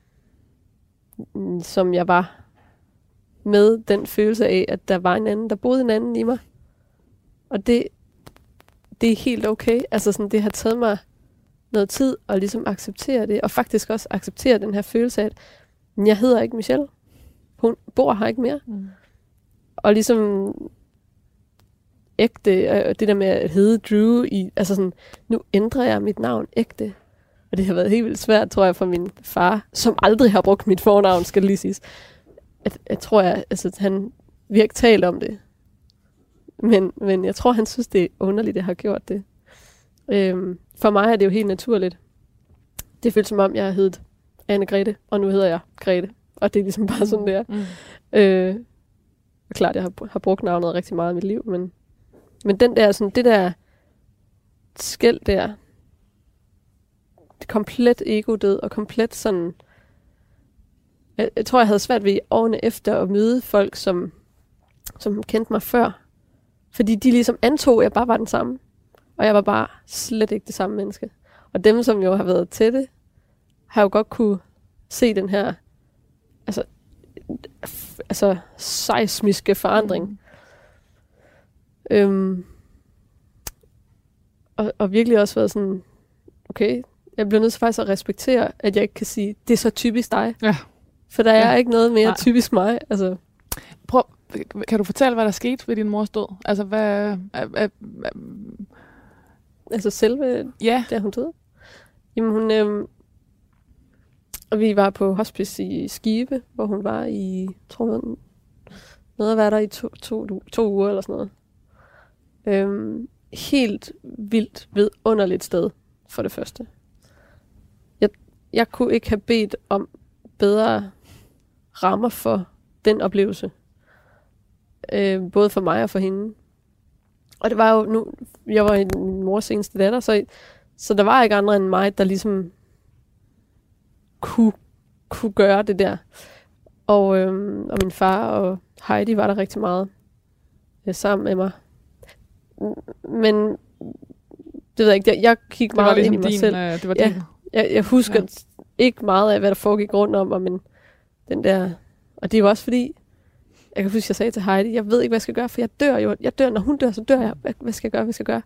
som jeg var, med den følelse af, at der var en anden, der boede en anden i mig. Og det er helt okay. Altså sådan, det har taget mig noget tid at ligesom acceptere det, og faktisk også acceptere den her følelse af, at jeg hedder ikke Michelle. Hun bor her ikke mere. Og ligesom ægte, det der med at hedde Drew, altså sådan, nu ændrer jeg mit navn ægte. Og det har været helt vildt svært, tror jeg, for min far, som aldrig har brugt mit fornavn, skal det lige siges. Jeg tror, vi har ikke talt om det. Men jeg tror, han synes, det er underligt, at jeg har gjort det. For mig er det jo helt naturligt. Det føles som om, jeg har heddet Anne-Grete, og nu hedder jeg Grete. Og det er ligesom bare sådan, det er. Klart, jeg har brugt navnet rigtig meget i mit liv, men den der, sådan, det der skel der, det komplet ego-død, og komplet sådan, jeg tror, jeg havde svært ved årene efter at møde folk, som kendte mig før. Fordi de ligesom antog, at jeg bare var den samme. Og jeg var bare slet ikke det samme menneske. Og dem, som jo har været tætte, har jo godt kunne se den her altså seismiske forandring. Og virkelig også været sådan, okay, jeg bliver nødt til faktisk at respektere, at jeg ikke kan sige, det er så typisk dig. Ja. For der er ikke noget mere typisk mig. Altså. Kan du fortælle, hvad der skete ved din mors død? Altså, hvad... Altså selve, da hun døde? Jamen, hun... og vi var på hospice i Skive, hvor hun var i, tror jeg, noget at være der i to uger eller sådan noget. Helt vildt vidunderligt sted, for det første. Jeg kunne ikke have bedt om bedre rammer for den oplevelse. Både for mig og for hende. Og det var jo nu, jeg var min mors eneste datter, så der var ikke andre end mig, der ligesom kunne gøre det der. Og min far og Heidi var der rigtig meget sammen med mig. Men det ved jeg ikke, jeg kiggede meget ligesom ind i mig selv. Det var din. Jeg husker ikke meget af, hvad der foregik rundt om, men den der, og det var også fordi, jeg kan huske, jeg sagde til Heidi, jeg ved ikke, hvad jeg skal gøre, for jeg dør jo. Jeg dør, når hun dør, så dør jeg. Hvad skal jeg gøre?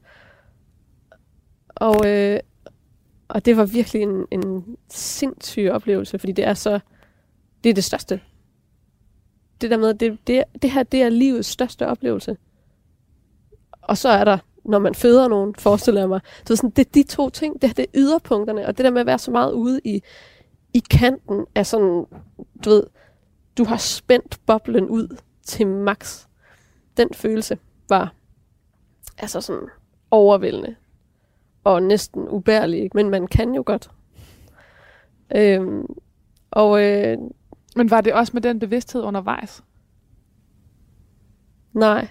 Og det var virkelig en sindssyg oplevelse, fordi det er det største. Det der med, det her, det er livets største oplevelse. Og så er der, når man føder nogen, forestiller jeg mig, så det er de to ting, det er yderpunkterne, og det der med at være så meget ude i kanten af sådan, du ved, du har spændt boblen ud til max. Den følelse var altså sådan overvældende og næsten ubærlig, men man kan jo godt. Men var det også med den bevidsthed undervejs? Nej,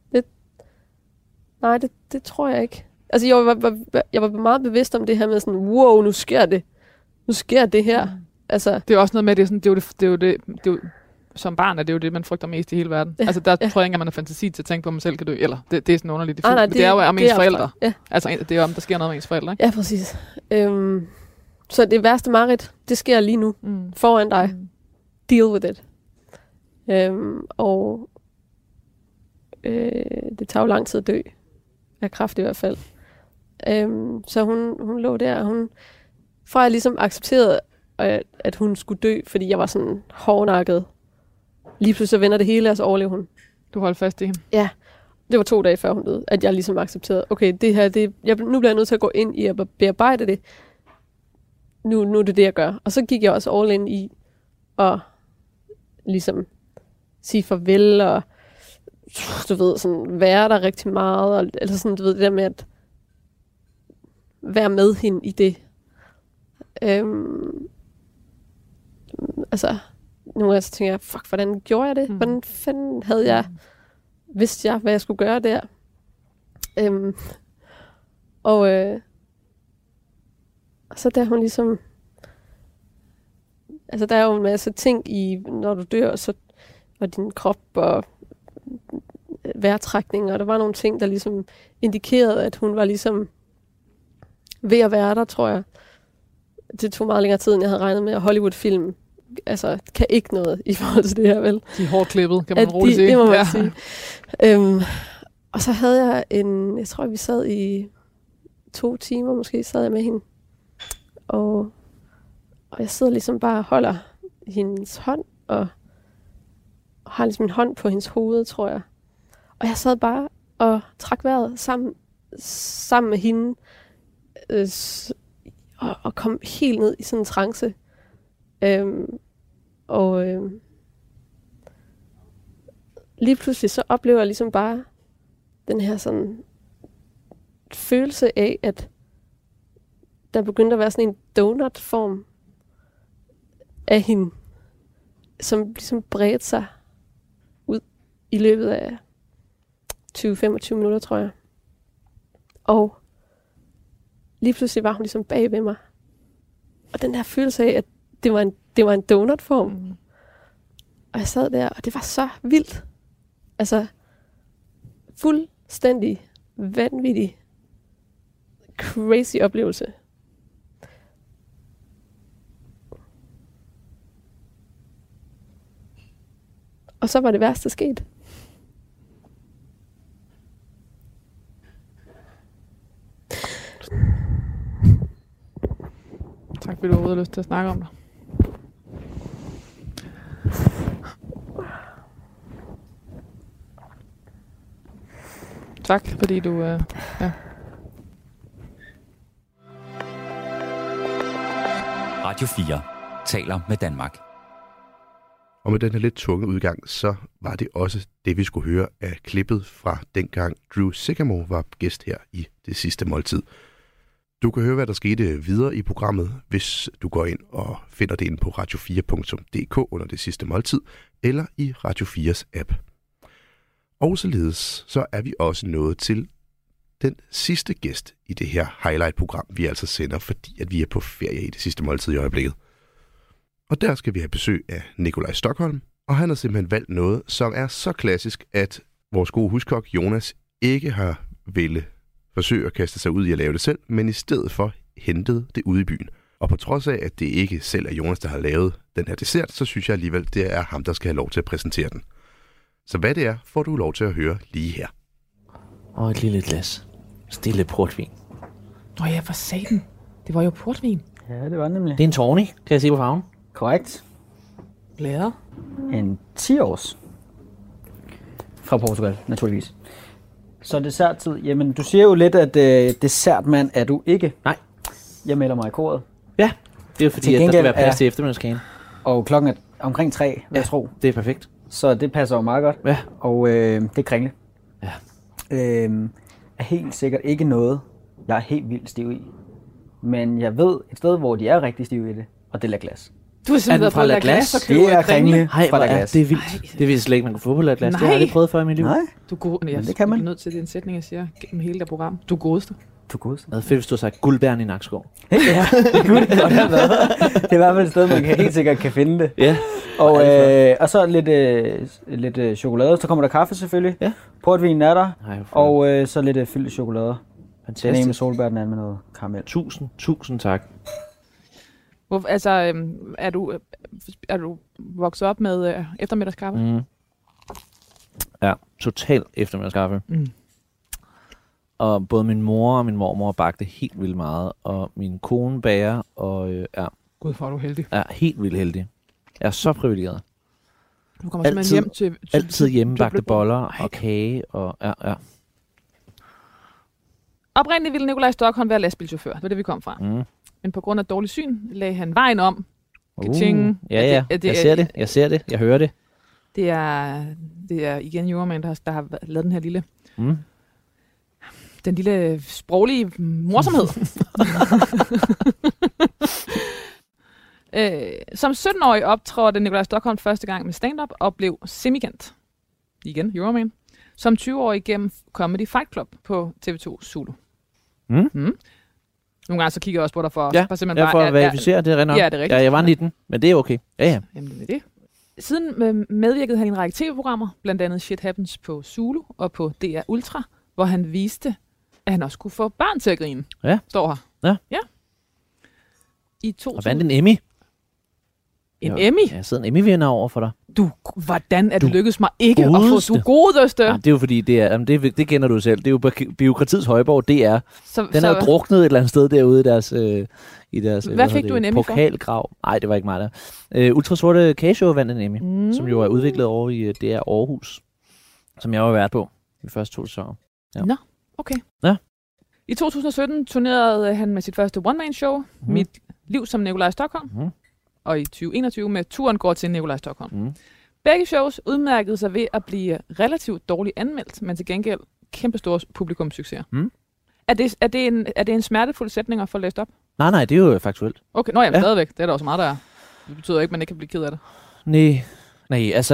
det tror jeg ikke. Altså jeg var meget bevidst om det her med sådan, wow, nu sker det her. Altså, det er også noget med, det er jo som barn er det jo det, man frygter mest i hele verden. Ja, altså der tror jeg ikke, at man har fantasi til at tænke på, at man selv kan dø. Eller det er sådan underligt. Det er jo om ens forældre. Ja. Altså det er jo om, der sker noget med ens forældre. Ikke? Ja, præcis. Så det værste mareridt, det sker lige nu. Foran dig. Deal with it. Det tager jo lang tid at dø. Af kræft i hvert fald. Så hun lå der, og fra jeg ligesom accepterede, at hun skulle dø, fordi jeg var sådan hårdnakket. Lige pludselig så vender det hele, og så overlever hun. Du holdt fast i hende? Ja. Det var 2 dage før hun døde, at jeg ligesom accepterede, okay, det her, nu bliver jeg nødt til at gå ind i at bearbejde det. Nu er det det, jeg gør. Og så gik jeg også all in i at ligesom sige farvel, og du ved, sådan være der rigtig meget, og, eller sådan, du ved, det der med at være med hende i det. Altså, nogle gange så tænker jeg, fuck, hvordan gjorde jeg det? Hvordan fanden havde jeg, vidste jeg, hvad jeg skulle gøre der? Og så der hun ligesom, altså der er jo en masse ting i, når du dør, så, og din krop og vejrtrækning, og der var nogle ting, der ligesom indikerede, at hun var ligesom ved at være der, tror jeg. Det tog meget længere tid, end jeg havde regnet med, og Hollywood-film altså, kan ikke noget i forhold til det her, vel? De er hårdt klippet, kan man roligt sige. Det må man sige. Og så havde jeg jeg tror, vi sad i 2 timer, måske sad jeg med hende. Og jeg sidder ligesom bare og holder hendes hånd, og har ligesom en hånd på hendes hoved, tror jeg. Og jeg sad bare og trak vejret sammen med hende, og kom helt ned i sådan en trance. Lige pludselig så oplever jeg ligesom bare den her sådan følelse af, at der begyndte at være sådan en donut-form af hende, som ligesom bredte sig ud i løbet af 20-25 minutter, tror jeg. Og lige pludselig var hun ligesom bag ved mig. Og den der følelse af, at det var en donut-form. Og jeg sad der, og det var så vildt. Altså, fuldstændig vanvittig, crazy oplevelse. Og så var det værste sket. Tak fordi du overhovedet har lyst til at snakke om det. Tak fordi du... ja. Radio 4 taler med Danmark. Og med den her lidt tunge udgang, så var det også det, vi skulle høre af klippet fra dengang Drew Sycamore var gæst her i Det Sidste Måltid. Du kan høre, hvad der skete videre i programmet, hvis du går ind og finder det inde på radio4.dk under Det Sidste Måltid, eller i Radio 4's app. Og således så er vi også nået til den sidste gæst i det her highlight-program, vi altså sender, fordi at vi er på ferie i Det Sidste Måltid i øjeblikket. Og der skal vi have besøg af Nikolaj Stokholm, og han har simpelthen valgt noget, som er så klassisk, at vores gode huskok Jonas ikke har ville forsøge at kaste sig ud i at lave det selv, men i stedet for hentede det ude i byen. Og på trods af, at det ikke selv er Jonas, der har lavet den her dessert, så synes jeg alligevel, det er ham, der skal have lov til at præsentere den. Så hvad det er, får du lov til at høre lige her. Og et lille glas. Stille portvin. Nå ja, for satan. Det var jo portvin. Ja, det var nemlig. Det er en Tawny, kan jeg se på farven. Korrekt. Læder. En 10-års. Fra Portugal, naturligvis. Så desserttid. Jamen, du siger jo lidt, at dessertmand er du ikke. Nej. Jeg melder mig i koret. Ja, det er fordi, at der skal være plads til eftermiddagskagen. Og klokken er omkring 3, jeg tror. Det er perfekt. Så det passer jo meget godt. Ja. Og det er kringle. Ja. Er helt sikkert ikke noget, jeg er helt vildt stiv i. Men jeg ved et sted, hvor de er rigtig stive i det, og det er La Glace. Du har simpelthen fået La Glace og køber det er kringle fra La Glace. Det er vildt. Det vidste slet ikke, man kunne få på La Glace. Det har jeg aldrig prøvet før i mit liv. Nej, du er god. Men det kan man. Jeg er nødt til den sætning, jeg siger gennem hele det program. Du er godeste. Du er godeste. Det er fedt, hvis du har sagt guldbæren i Nakskov. Ja, det er i hvert fald et sted, man helt sikkert kan finde det. Ja. Og så lidt chokolade. Så kommer der kaffe selvfølgelig. Ja. Portvinen er der. Nej, og så lidt fyldte chokolade. Fantastisk. Den ene med solbær, den anden med noget karamel. Tusind tak. Altså, er du vokset op med eftermiddagskaffe? Mm. Ja, total eftermiddagskaffe. Mm. Og både min mor og min mormor bagte helt vildt meget, og min kone bager, og Gud, hvor er du heldig. er helt vildt heldig. Jeg er så privilegeret. Du kommer simpelthen hjem til altid hjemmebagte boller og kage, og ja. Oprindeligt ville Nikolaj Stokholm være lastbilchauffør. Det var det, vi kom fra. Mm. Men på grund af dårlig syn lagde han vejen om. Ja. Jeg ser det. Jeg hører det. Det er igen jordmand, der har lavet den her lille... Mm. Den lille sproglige morsomhed. Som 17-årig optrådte Nikolaj Stokholm første gang med stand-up og blev semikendt. Igen, Euroman. Som 20-årig gennem Comedy Fight Club på TV2 Zulu. Mm. Nogle gange så kigger jeg også på dig for... Ja, for at verificere, det er rigtigt. Ja, det er rigtigt. Ja, jeg var 19, men det er okay. Ja. Jamen, det er det. Siden medvirkede han i en række tv-programmer, blandt andet Shit Happens på Zulu og på DR Ultra, hvor han viste, at han også kunne få børn til at grine. Ja. Står her. Ja. I Og vandt en Emmy. En Emmy? Jeg sidder en Emmy-vinder over for dig. Hvordan er det lykkedes mig ikke at få du godeste? Ja, det er jo fordi, det kender du selv. Det er jo bureaukratiets højborg, det er. Den er jo druknet et eller andet sted derude i deres hvad fik du en Emmy for? Pokalgrav. Nej, det var ikke mig der. Ultrasorte Kageshow vandt en Emmy, som jo er udviklet over i DR Aarhus, som jeg var vært på i de første 2 sæsoner. Ja. Nå, okay. Ja. I 2017 turnerede han med sit første one-man-show, Mit liv som Nikolaj Stokholm. Og i 2021 med Turen går til Nikolaj Stokholm. Begge shows udmærkede sig ved at blive relativt dårligt anmeldt, men til gengæld kæmpestore publikumssucceser. Er det en smertefuld sætning at få læst op? Nej, det er jo faktuelt. Okay, jamen stadigvæk. Det er der også meget, der er. Det betyder ikke, at man ikke kan blive ked af det. Nej, altså,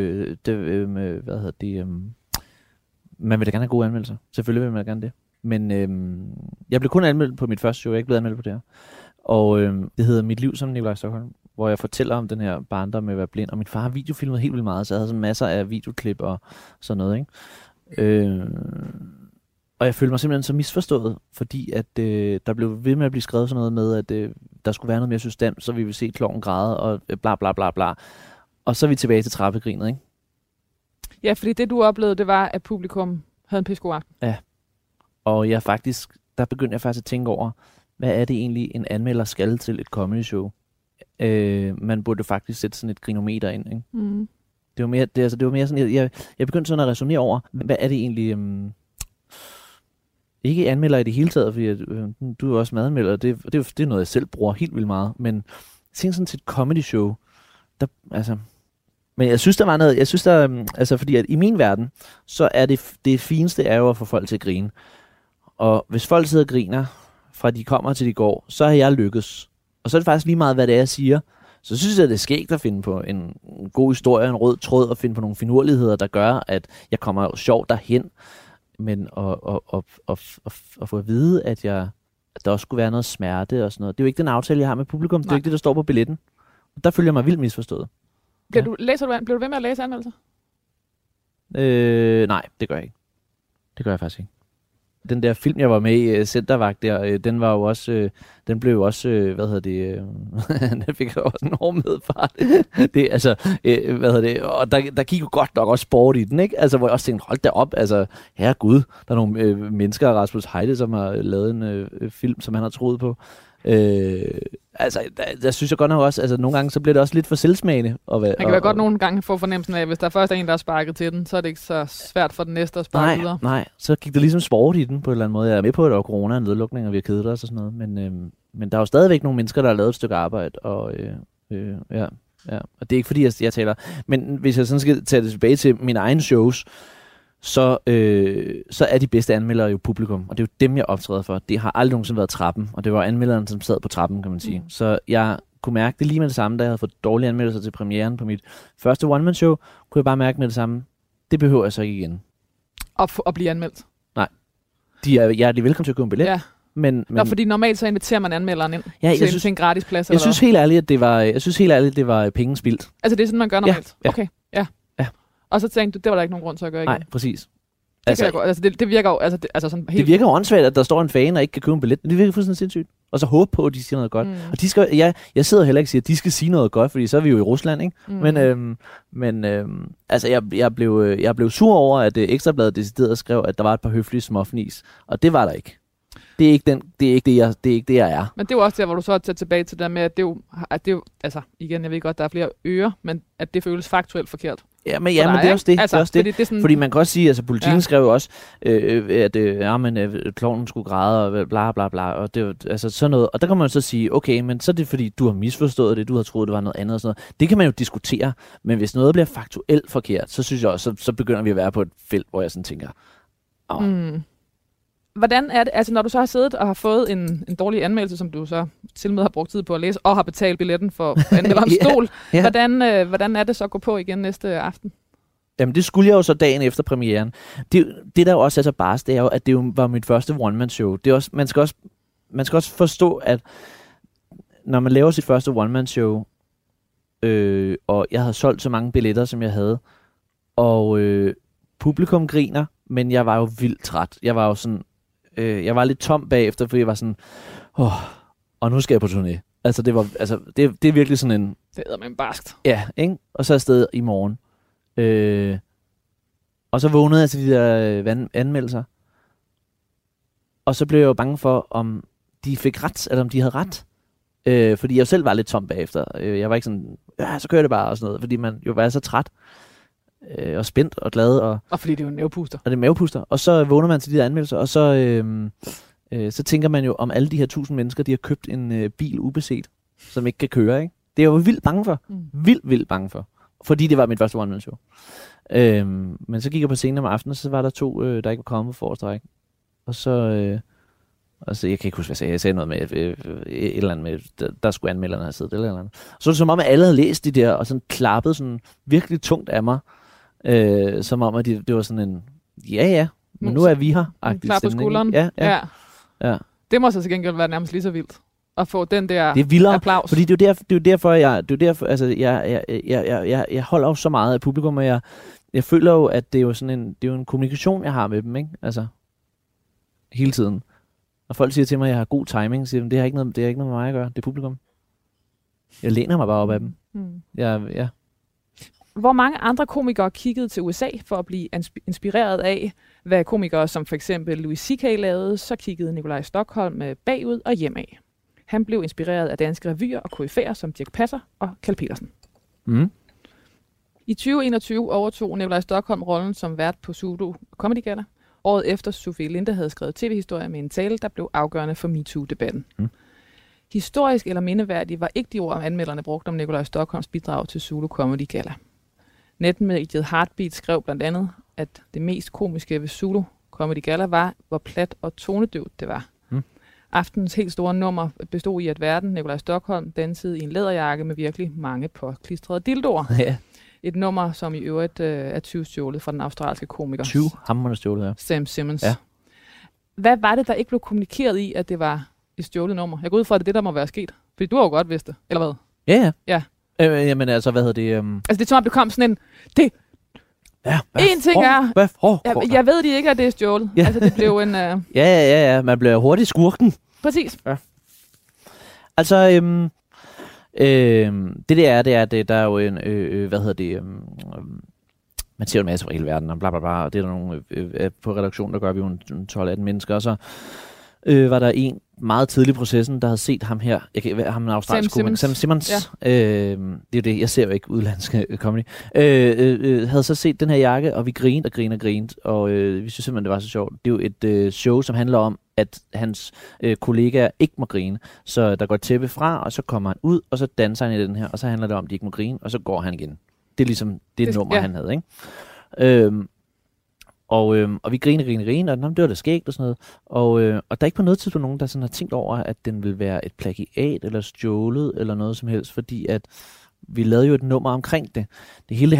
man vil da gerne have gode anmeldelser. Selvfølgelig vil man da gerne det. Men jeg blev kun anmeldt på mit første show, jeg er ikke blevet anmeldt på det her. Og det hedder Mit liv som Nikolaj Stokholm, hvor jeg fortæller om den her barndom med at være blind. Og min far har videofilmet helt vildt meget, så jeg havde sådan masser af videoklip og sådan noget, ikke? Og jeg følte mig simpelthen så misforstået, fordi at der blev ved med at blive skrevet sådan noget med, at der skulle være noget mere system, så vi ville se klovnen græde og bla bla bla bla. Og så er vi tilbage til trappegrinet, ikke? Ja, fordi det du oplevede, det var, at publikum havde en pissegod aften. Ja. Og der begyndte jeg faktisk at tænke over, hvad er det egentlig, en anmelder skal til et comedy show? Man burde faktisk sætte sådan et grinometer ind, ikke? Det var mere sådan, jeg begyndte sådan at resonere over, hvad er det egentlig... ikke anmelder i det hele taget, fordi du er også madanmelder, det er noget, jeg selv bruger helt vildt meget, men tænk sådan til et comedy show, men jeg synes, der var noget, fordi at i min verden, så er det fineste er jo at få folk til at grine. Og hvis folk sidder og griner, fra de kommer til de går, så har jeg lykkes. Og så er det faktisk lige meget, hvad det er, jeg siger. Så synes jeg, det er skægt at finde på en god historie, en rød tråd, og finde på nogle finurligheder, der gør, at jeg kommer sjovt derhen. Men at få at vide, at der også skulle være noget smerte og sådan noget. Det er jo ikke den aftale, jeg har med publikum. Det er jo ikke det, der står på billetten. Og der følger jeg mig vildt misforstået. Bliver du ved med at læse anmeldelser? Nej, det gør jeg ikke. Det gør jeg faktisk ikke. Den der film, jeg var med i, Centervagt der, den var jo også, den blev jo også, den fik jo også en hård medfart. Og der gik jo godt nok også sport i den, ikke? Altså, hvor jeg også tænkte, hold da op, altså, herregud, der er nogle mennesker, Rasmus Heide, som har lavet en film, som han har troet på. Der synes jeg godt nok også, altså nogle gange, så bliver det også lidt for selvsmagende. Man kan være godt nogle gange få fornemmelsen af, at hvis der først er en, der har sparket til den, så er det ikke så svært for den næste at sparke videre. Nej, så gik der ligesom sport i den på en eller anden måde. Jeg er med på, at der var corona og nedlukning, og vi har kedet os og sådan noget, men der er jo stadigvæk nogle mennesker, der har lavet et stykke arbejde, og og det er ikke fordi, jeg taler, men hvis jeg sådan skal tage det tilbage til mine egne shows, så er de bedste anmeldere jo publikum, og det er jo dem, jeg optræder for. Det har aldrig nogensinde været trappen, og det var anmelderen, som sad på trappen, kan man sige. Så jeg kunne mærke det lige med det samme, da jeg havde fået dårlige anmeldelser til premieren på mit første one-man-show, kunne jeg bare mærke med det samme. Det behøver jeg så ikke igen. At blive anmeldt? Nej. De er hjertelig velkommen til at købe en billet. Ja. Men fordi normalt så inviterer man anmelderen ind til en gratis plads. Jeg synes helt ærligt, at det var penge spildt. Altså det er sådan, man gør normalt? Ja. Okay, ja. Og så tænkte du, det var der ikke nogen grund til at gøre igen? Nej, præcis. Det virker jo sådan helt... Det virker jo åndssvagt, at der står en fan og ikke kan købe en billet. Det virker fuldstændig sindssygt. Og så håbe på, at de siger noget godt. Og de skal, jeg sidder heller ikke og siger, at de skal sige noget godt, fordi så er vi jo i Rusland, ikke? Men jeg blev sur over, at Ekstrabladet decideret skrev, at der var et par høflige småfnis. Og det var der ikke. Det er ikke det, jeg er. Men det er jo også der, hvor du så er tilbage til det med, at det er jo, altså igen, jeg ved godt, der er flere ører, men at det føles faktuelt forkert. Ja, men det er også det. Altså, det er også det. Det er sådan... Fordi man kan også sige, altså politikken skrev jo også, at klovnen skulle græde og bla bla bla, og det altså sådan noget. Og der kan man så sige, okay, men så er det fordi, du har misforstået det, du har troet, det var noget andet og sådan noget. Det kan man jo diskutere, men hvis noget bliver faktuelt forkert, så synes jeg også, så begynder vi at være på et felt, hvor jeg sådan tænker, Hvordan er det, altså når du så har siddet og har fået en dårlig anmeldelse, som du så til med har brugt tid på at læse, og har betalt billetten for anmelderens stol, hvordan er det så at gå på igen næste aften? Jamen det skulle jeg jo så dagen efter premieren. Det der jo også er så barst, det er jo, at det jo var mit første one-man-show. Det er også, man skal også forstå, at når man laver sit første one-man-show, og jeg havde solgt så mange billetter, som jeg havde, og publikum griner, men jeg var jo vildt træt. Jeg var jo sådan, jeg var lidt tom bagefter, fordi jeg var sådan, og nu skal jeg på turné. Altså, det er virkelig sådan en... Det er man barskt. Ja, ikke? Og så afsted i morgen. Og så vågnede jeg til de der anmeldelser. Og så blev jeg jo bange for, om de fik ret, eller om de havde ret. Fordi jeg selv var lidt tom bagefter. Jeg var ikke sådan, så kører det bare og sådan noget. Fordi man jo var så træt. Og spændt og glad. Og fordi det er jo en mavepuster. Og det er mavepuster. Og så vågner man til de der anmeldelser, og så tænker man jo, om alle de her 1000 mennesker, de har købt en bil ubeset, som ikke kan køre, ikke? Det er jeg jo vildt bange for. Vildt bange for. Fordi det var mit første one-man-show. Men så gik jeg på scenen om aftenen, og så var der 2, der ikke var kommet på forreste række. Og så... Altså, jeg kan ikke huske, hvad jeg sagde. Jeg sagde noget med et eller andet med, der skulle anmelderne have siddet eller andet. Så var det som om, at alle havde læst de der, og sådan klappede sådan virkelig tungt af mig. Som om, at det var sådan en, ja, men nu er vi her. Klar på skulderen. Ja. Det må så til gengæld være nærmest lige så vildt. At få den der det er vildere, applaus. Fordi det er jo derfor, jeg holder jo så meget af publikum, og jeg føler jo, at det er jo sådan en kommunikation, jeg har med dem, ikke? Altså, hele tiden. Og folk siger til mig, at jeg har god timing, så siger de, det har ikke noget med mig at gøre, det er publikum. Jeg læner mig bare op af dem. Ja. Hvor mange andre komikere kiggede til USA for at blive inspireret af, hvad komikere som for eksempel Louis C.K. lavede, så kiggede Nikolaj Stokholm bagud og hjemad. Han blev inspireret af danske revyer og koryfæer som Dirch Passer og Kjeld Petersen. I 2021 overtog Nikolaj Stokholm rollen som vært på Zulu Comedy Gala. Året efter Sofie Linde havde skrevet tv-historie med en tale, der blev afgørende for MeToo-debatten. Historisk eller mindeværdig var ikke de ord, anmelderne brugte om Nikolaj Stokholms bidrag til Zulu Comedy Gala. Netmediet Heartbeat skrev blandt andet, at det mest komiske ved Zulu Comedy Gala var, hvor plat og tonedøvt det var. Aftenens helt store nummer bestod i, at værten Nikolaj Stokholm dansede i en læderjakke med virkelig mange påklistrede dildoer. Ja. Et nummer, som i øvrigt er 20 stjålet fra den australske komiker. 20 hamrende stjålet, ja. Sam Simmons. Ja. Hvad var det, der ikke blev kommunikeret i, at det var et stjålet nummer? Jeg går ud fra, at det er det, der må være sket. Fordi du har jo godt vidst det, eller hvad? Ja. Jamen altså, hvad hedder det? Altså, det er som om, det kom sådan en... En ting er... Jeg ved de ikke, at det er stjålet. Ja. Altså, det blev en... Ja. Man bliver hurtigt skurken. Præcis. Ja. Altså, det der er jo en... man ser jo en masse fra hele verden, og bla bla bla, og det er der nogle... på redaktionen, der gør vi jo en 12-18 mennesker, og så var der en meget tidlig i processen, der havde set ham her, ham en australsk komiker, Sam Simmons. Ja. Det er jo det, jeg ser jo ikke udlandske comedy. Havde så set den her jakke, og vi grinede, og vi synes simpelthen, det var så sjovt. Det er jo et show, som handler om, at hans kollegaer ikke må grine. Så der går et tæppe fra, og så kommer han ud, og så danser han i den her, og så handler det om, at de ikke må grine, og så går han igen. Det er ligesom det nummer, han havde, ikke? Og vi griner, og det var da skægt og sådan noget. Og der er ikke på noget tidspunkt nogen, der sådan har tænkt over, at den vil være et plagiat eller stjålet eller noget som helst, fordi at vi lavede jo et nummer omkring det. Det hele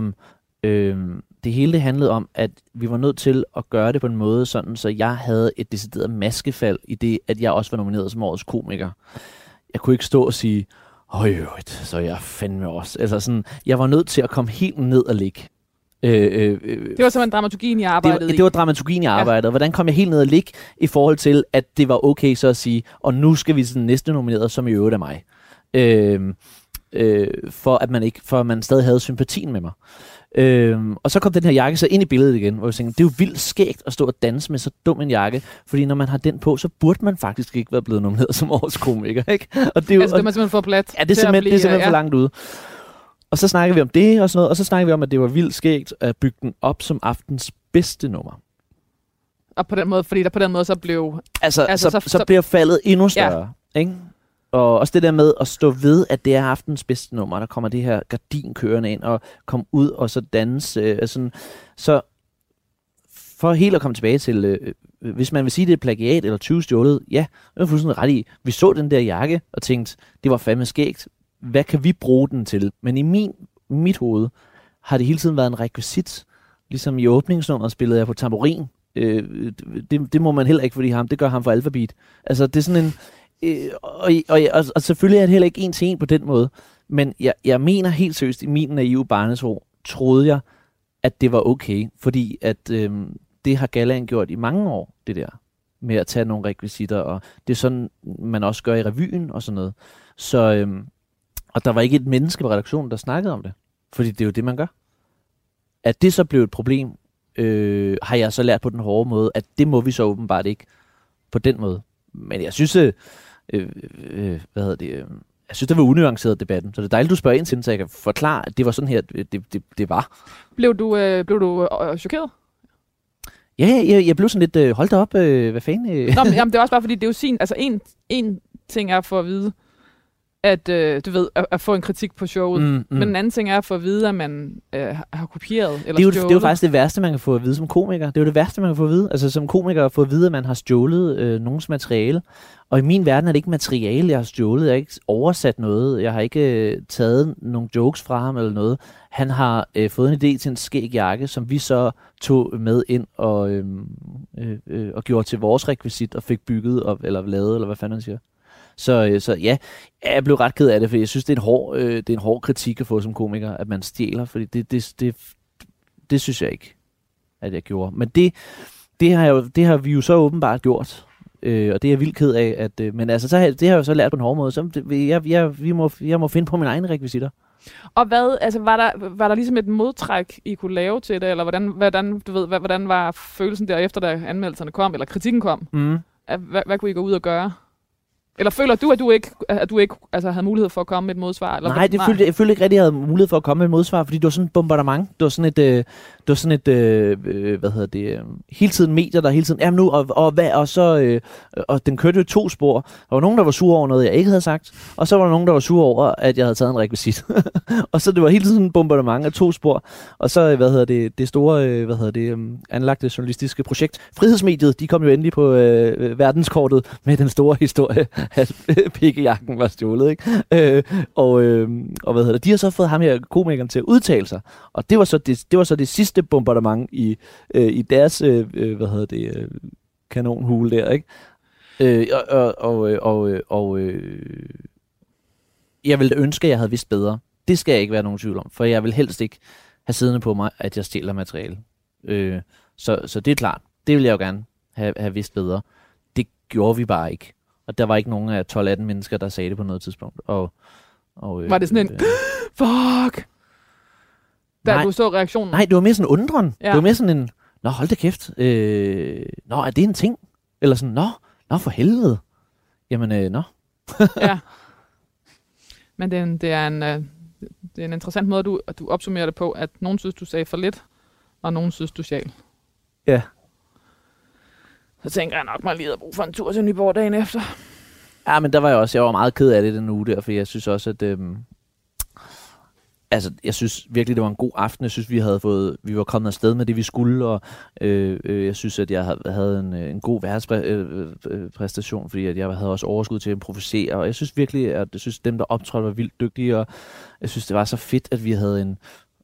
handlede om, at vi var nødt til at gøre det på en måde, sådan så jeg havde et decideret maskefald i det, at jeg også var nomineret som årets komiker. Jeg kunne ikke stå og sige, så jeg fandme også. Altså sådan, jeg var nødt til at komme helt ned og ligge. Det var simpelthen dramaturgien, jeg arbejdede i. Det var dramaturgien, jeg arbejdede. Hvordan kom jeg helt ned og ligge i forhold til, at det var okay så at sige, og nu skal vi til den næste nomineret, som i øvrigt er mig. For at man stadig havde sympatien med mig. Og så kom den her jakke så ind i billedet igen, hvor jeg tænkte, det er jo vildt skægt at stå og danse med så dum en jakke, fordi når man har den på, så burde man faktisk ikke være blevet nomineret som årets komiker, ikke? Og det er jo, det er simpelthen for plat. Ja, det er simpelthen for langt ude. Og så snakkede vi om det og sådan noget, og så snakkede vi om, at det var vildt skægt at bygge den op som aftens bedste nummer. Og på den måde, fordi der på den måde så blev... Så bliver faldet endnu større, ikke? Og også det der med at stå ved, at det er aftens bedste nummer, der kommer det her gardin kørende ind og komme ud og så danse. Så for helt at komme tilbage til, hvis man vil sige, det er plagiat eller 20 stjålet, ja, det er fuldstændig ret i. Vi så den der jakke og tænkte, det var fandme skægt. Hvad kan vi bruge den til? Men i mit hoved har det hele tiden været en rekvisit. Ligesom i åbningsnummeret spillede jeg på tamburin. Det må man heller ikke, fordi det gør ham for Alphabet. Altså, det er sådan en... Og selvfølgelig er det heller ikke en til en på den måde. Men jeg mener helt seriøst, i min naive barnetro, troede jeg, at det var okay. Fordi at det har Gallaen gjort i mange år, det der. med at tage nogle rekvisitter, og det er sådan, man også gør i revyen og sådan noget. Så, og der var ikke et menneske på redaktionen, der snakkede om det, fordi det er jo det, man gør. At det så blev et problem, har jeg så lært på den hårde måde, at det må vi så åbenbart ikke på den måde. Men jeg synes, jeg synes, det var unuanceret debatten. Så det er dejligt, du spørger ind til, så jeg kan forklare, at det var sådan her, det var. Blev du chokeret? Ja, jeg blev sådan lidt, hold da op, hvad fanden? Nå, men jamen, det er også bare, fordi det er jo sin, altså en ting er for at vide, at du ved, at få en kritik på showet. Men en anden ting er for at vide, at man har kopieret eller stjålet. Det er jo faktisk det værste, man kan få at vide som komiker. Det er jo det værste, man kan få at vide. Altså som komiker at få at vide, at man har stjålet nogens materiale. Og i min verden er det ikke materiale, jeg har stjålet. Jeg har ikke oversat noget. Jeg har ikke taget nogle jokes fra ham eller noget. Han har fået en idé til en skæg jakke, som vi så tog med ind og gjorde til vores rekvisit og fik bygget eller lavet, eller hvad fanden han siger. Så ja, jeg blev ret ked af det, for jeg synes, det er en hård kritik at få som komiker, at man stjæler, fordi det synes jeg ikke, at jeg gjorde. Men det har vi jo så åbenbart gjort, og det er jeg vildt ked af. Men altså, det har jeg jo så lært på en hård måde, så jeg må finde på mine egne rekvisitter. Og hvad, altså var der ligesom et modtræk, I kunne lave til det, eller hvordan var følelsen der efter, da anmeldelserne kom, eller kritikken kom? Hvad kunne I gå ud og gøre? Eller føler du, at du ikke altså, havde mulighed for at komme med et modsvar? Eller nej, jeg følte ikke rigtig, at jeg havde mulighed for at komme med et modsvar, fordi det var sådan et bombardement. Det var sådan et hele tiden medier, der hele tiden, jamen nu, og den kørte jo 2 spor. Der var nogen, der var sure over noget, jeg ikke havde sagt, og så var der nogen, der var sure over, at jeg havde taget en rekvisit. Og så det var hele tiden et bombardement af 2 spor. Og så, det store, anlagte journalistiske projekt, Frihedsmediet, de kom jo endelig på verdenskortet med den store historie, at pikkejakken var stjålet, ikke? De har så fået ham her komikeren til at udtale sig, og det var så det sidste bombardement i deres kanonhule der, ikke? Jeg ville ønske, at jeg havde vidst bedre. Det skal jeg ikke være nogen tvivl om, for jeg vil helst ikke have siddende på mig, at jeg stjæler materiale. Så det er klart. Det ville jeg jo gerne have vidst bedre. Det gjorde vi bare ikke. Og der var ikke nogen af 12-18 mennesker, der sagde det på noget tidspunkt. Var det sådan en, fuck! Du så reaktionen? Nej, det var mere sådan en undren. Ja. Det var mere sådan en, nå, hold da kæft. Nå, er det en ting? Eller sådan, nå for helvede. Jamen, nå. Ja. Men det er en interessant måde, du opsummerer det på, at nogen synes, du sagde for lidt, og nogen synes, du stjal. Ja. Så tænker jeg nok, man lige havde brug for en tur til Nyborg dagen efter. Ja, men der var jeg var meget ked af det den uge der, for jeg synes også, at jeg synes virkelig, det var en god aften. Jeg synes, vi var kommet afsted med det, vi skulle, og jeg synes, at jeg havde en god værtspræstation, fordi at jeg havde også overskud til at improvisere, og jeg synes virkelig, at dem, der optrådte, var vildt dygtige, og jeg synes, det var så fedt, at vi havde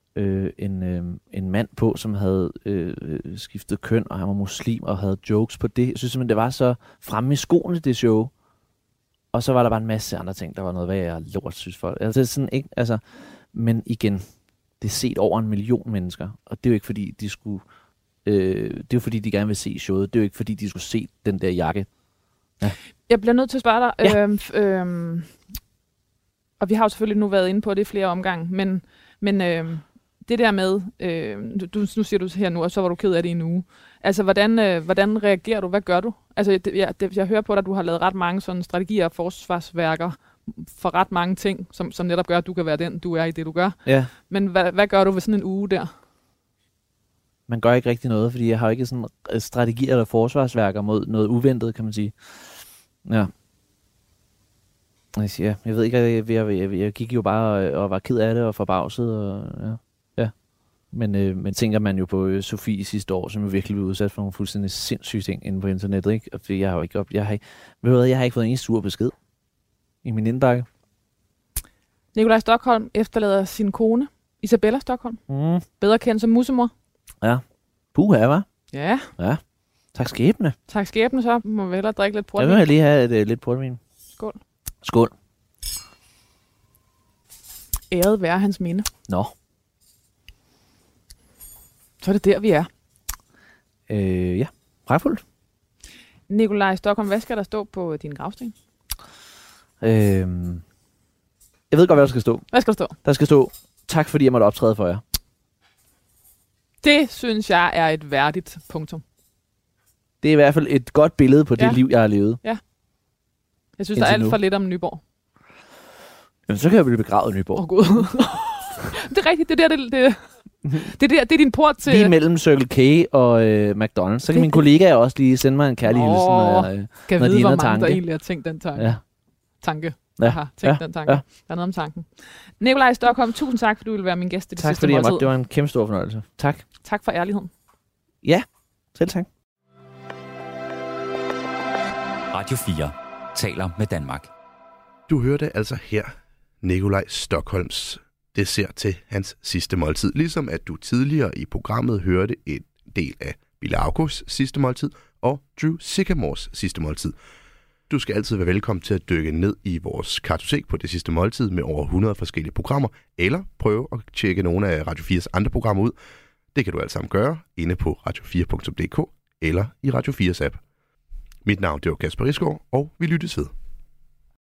en mand på, som havde skiftet køn, og han var muslim, og havde jokes på det. Jeg synes simpelthen, det var så fremme i skoene, det show. Og så var der bare en masse andre ting, der var noget, hvad jeg lort synes for. Altså, sådan ikke, altså, men igen, det er set over 1 million mennesker, og det er jo ikke fordi, de skulle... det er jo fordi, de gerne vil se showet. Det er jo ikke fordi, de skulle se den der jakke. Ja. Jeg bliver nødt til at spørge dig, ja. Og vi har jo selvfølgelig nu været inde på det i flere omgange, men det der med, nu siger du her nu, og så var du ked af det i en uge. Altså, hvordan reagerer du? Hvad gør du? Altså, jeg hører på dig, at du har lavet ret mange sådan strategier og forsvarsværker for ret mange ting, som netop gør, at du kan være den, du er i det, du gør. Ja. Men hvad gør du ved sådan en uge der? Man gør ikke rigtig noget, fordi jeg har ikke sådan strategier eller forsvarsværker mod noget uventet, kan man sige. Ja. Jeg ved ikke, jeg gik jo bare og var ked af det og forbavset. Og, ja. Men tænker man jo på Sofie sidste år, som jo virkelig blev udsat for nogle fuldstændig sindssyge ting inde på internettet. Ikke? Og jeg har ikke fået en sur besked i min indbakke. Nikolaj Stokholm efterlader sin kone, Isabella Stokholm. Bedre kendt som Musemor. Ja. Puha, hva'? Ja. Tak skæbne. Tak skæbne, så må vi hellere drikke lidt portvin. Jeg vil lige have lidt portvin. Skål. Skål. Æret være hans minde. Nå. Så er det der, vi er. Ja, pragtfuldt. Nikolaj Stokholm, hvad skal der stå på din gravsten? Jeg ved godt, hvad der skal stå. Hvad skal der stå? Der skal stå, tak fordi jeg måtte optræde for jer. Det synes jeg er et værdigt punktum. Det er i hvert fald et godt billede på det liv, jeg har levet. Ja. Jeg synes, der er alt for lidt om Nyborg. Jamen, så kan jeg blive begravet i Nyborg. Gud. Det er rigtigt. Det er din port til... Lige mellem Circle K og McDonald's. Så kan mine kollegaer også lige sende mig en kærlig hilsen, når de vide, hvor mange tanke. der egentlig har tænkt den tanke. Ja. Tanke. Ja. Har tænkt den tanke. Ja. Der er noget om tanken. Nikolaj Stokholm, tusind tak, fordi du ville være min gæst i det sidste måltid. Tak fordi det var en kæmpe stor fornøjelse. Tak. Tak for ærligheden. Ja, selv tak. Radio 4 taler med Danmark. Du hørte altså her Nikolaj Stokholms dessert til hans sidste måltid. Ligesom at du tidligere i programmet hørte en del af Bille Augos sidste måltid og Drew Sycamores sidste måltid. Du skal altid være velkommen til at dykke ned i vores kartotek på det sidste måltid med over 100 forskellige programmer, eller prøve at tjekke nogle af Radio 4's andre programmer ud. Det kan du alt sammen gøre inde på radio4.dk eller i Radio 4's app. Mit navn er Kasper Risgaard, og vi lyttes ved.